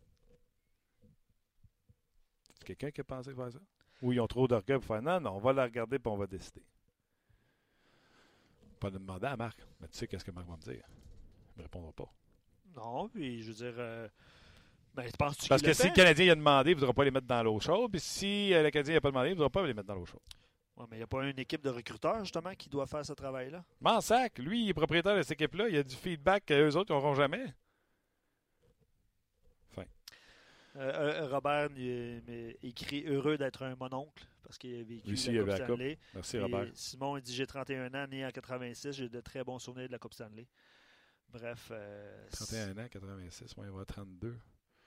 Speaker 2: C'est quelqu'un qui a pensé faire ça? Ou ils ont trop d'orgueil pour faire non, on va la regarder et on va décider. Pas de demander à Marc, mais tu sais qu'est-ce que Marc va me dire. Il ne me répondra pas.
Speaker 3: Non, puis je veux dire. Penses-tu
Speaker 2: parce que si le Canadien a demandé, il ne voudra pas les mettre dans l'eau chaude. Puis si le Canadien n'a pas demandé, il ne voudra pas les mettre dans l'eau chaude.
Speaker 3: Oui, mais il n'y a pas une équipe de recruteurs, justement, qui doit faire ce travail-là.
Speaker 2: Mansac, lui, il est propriétaire de cette équipe-là. Il y a du feedback qu'eux autres n'auront jamais. Fin.
Speaker 3: Robert écrit heureux d'être un mononcle parce qu'il a vécu la Coupe Stanley.
Speaker 2: Merci, Robert.
Speaker 3: Simon, il dit j'ai 31 ans, né en 86, j'ai de très bons souvenirs de la Coupe Stanley. Bref.
Speaker 2: 31 ans, 86, moi, il va avoir 32.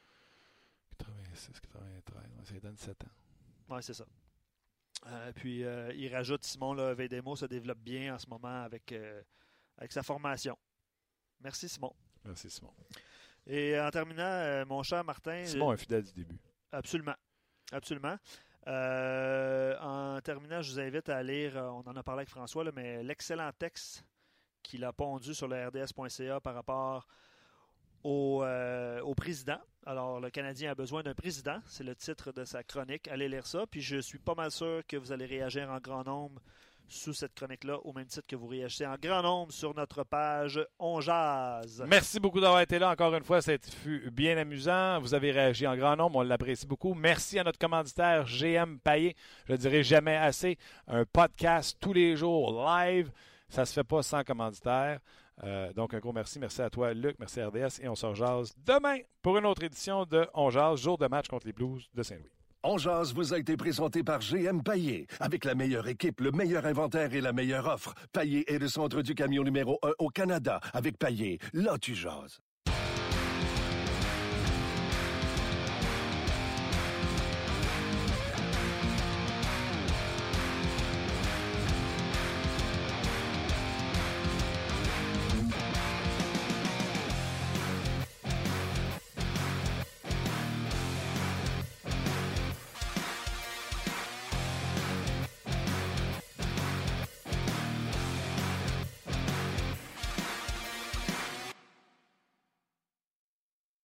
Speaker 2: 86, 93, ça donne 7 ans.
Speaker 3: Oui, c'est ça. Puis, il rajoute, Simon, Vedemo se développe bien en ce moment avec sa formation. Merci, Simon.
Speaker 2: Merci, Simon.
Speaker 3: Et en terminant, mon cher Martin...
Speaker 2: Simon est fidèle du début.
Speaker 3: Absolument. Absolument. En terminant, je vous invite à lire, on en a parlé avec François, là, mais l'excellent texte qu'il a pondu sur le rds.ca par rapport au président. Alors, le Canadien a besoin d'un président. C'est le titre de sa chronique. Allez lire ça. Puis je suis pas mal sûr que vous allez réagir en grand nombre sous cette chronique-là, au même titre que vous réagissez en grand nombre sur notre page On Jase.
Speaker 2: Merci beaucoup d'avoir été là. Encore une fois, ça fut bien amusant. Vous avez réagi en grand nombre. On l'apprécie beaucoup. Merci à notre commanditaire GM Payet. Je ne dirai jamais assez. Un podcast tous les jours live. Ça ne se fait pas sans commanditaire. Donc, un gros merci. Merci à toi, Luc. Merci à RDS. Et on se rejase demain pour une autre édition de On Jase, jour de match contre les Blues de Saint-Louis.
Speaker 1: On Jase vous a été présenté par GM Payet. Avec la meilleure équipe, le meilleur inventaire et la meilleure offre. Payet est le centre du camion numéro 1 au Canada. Avec Payet, là tu jases.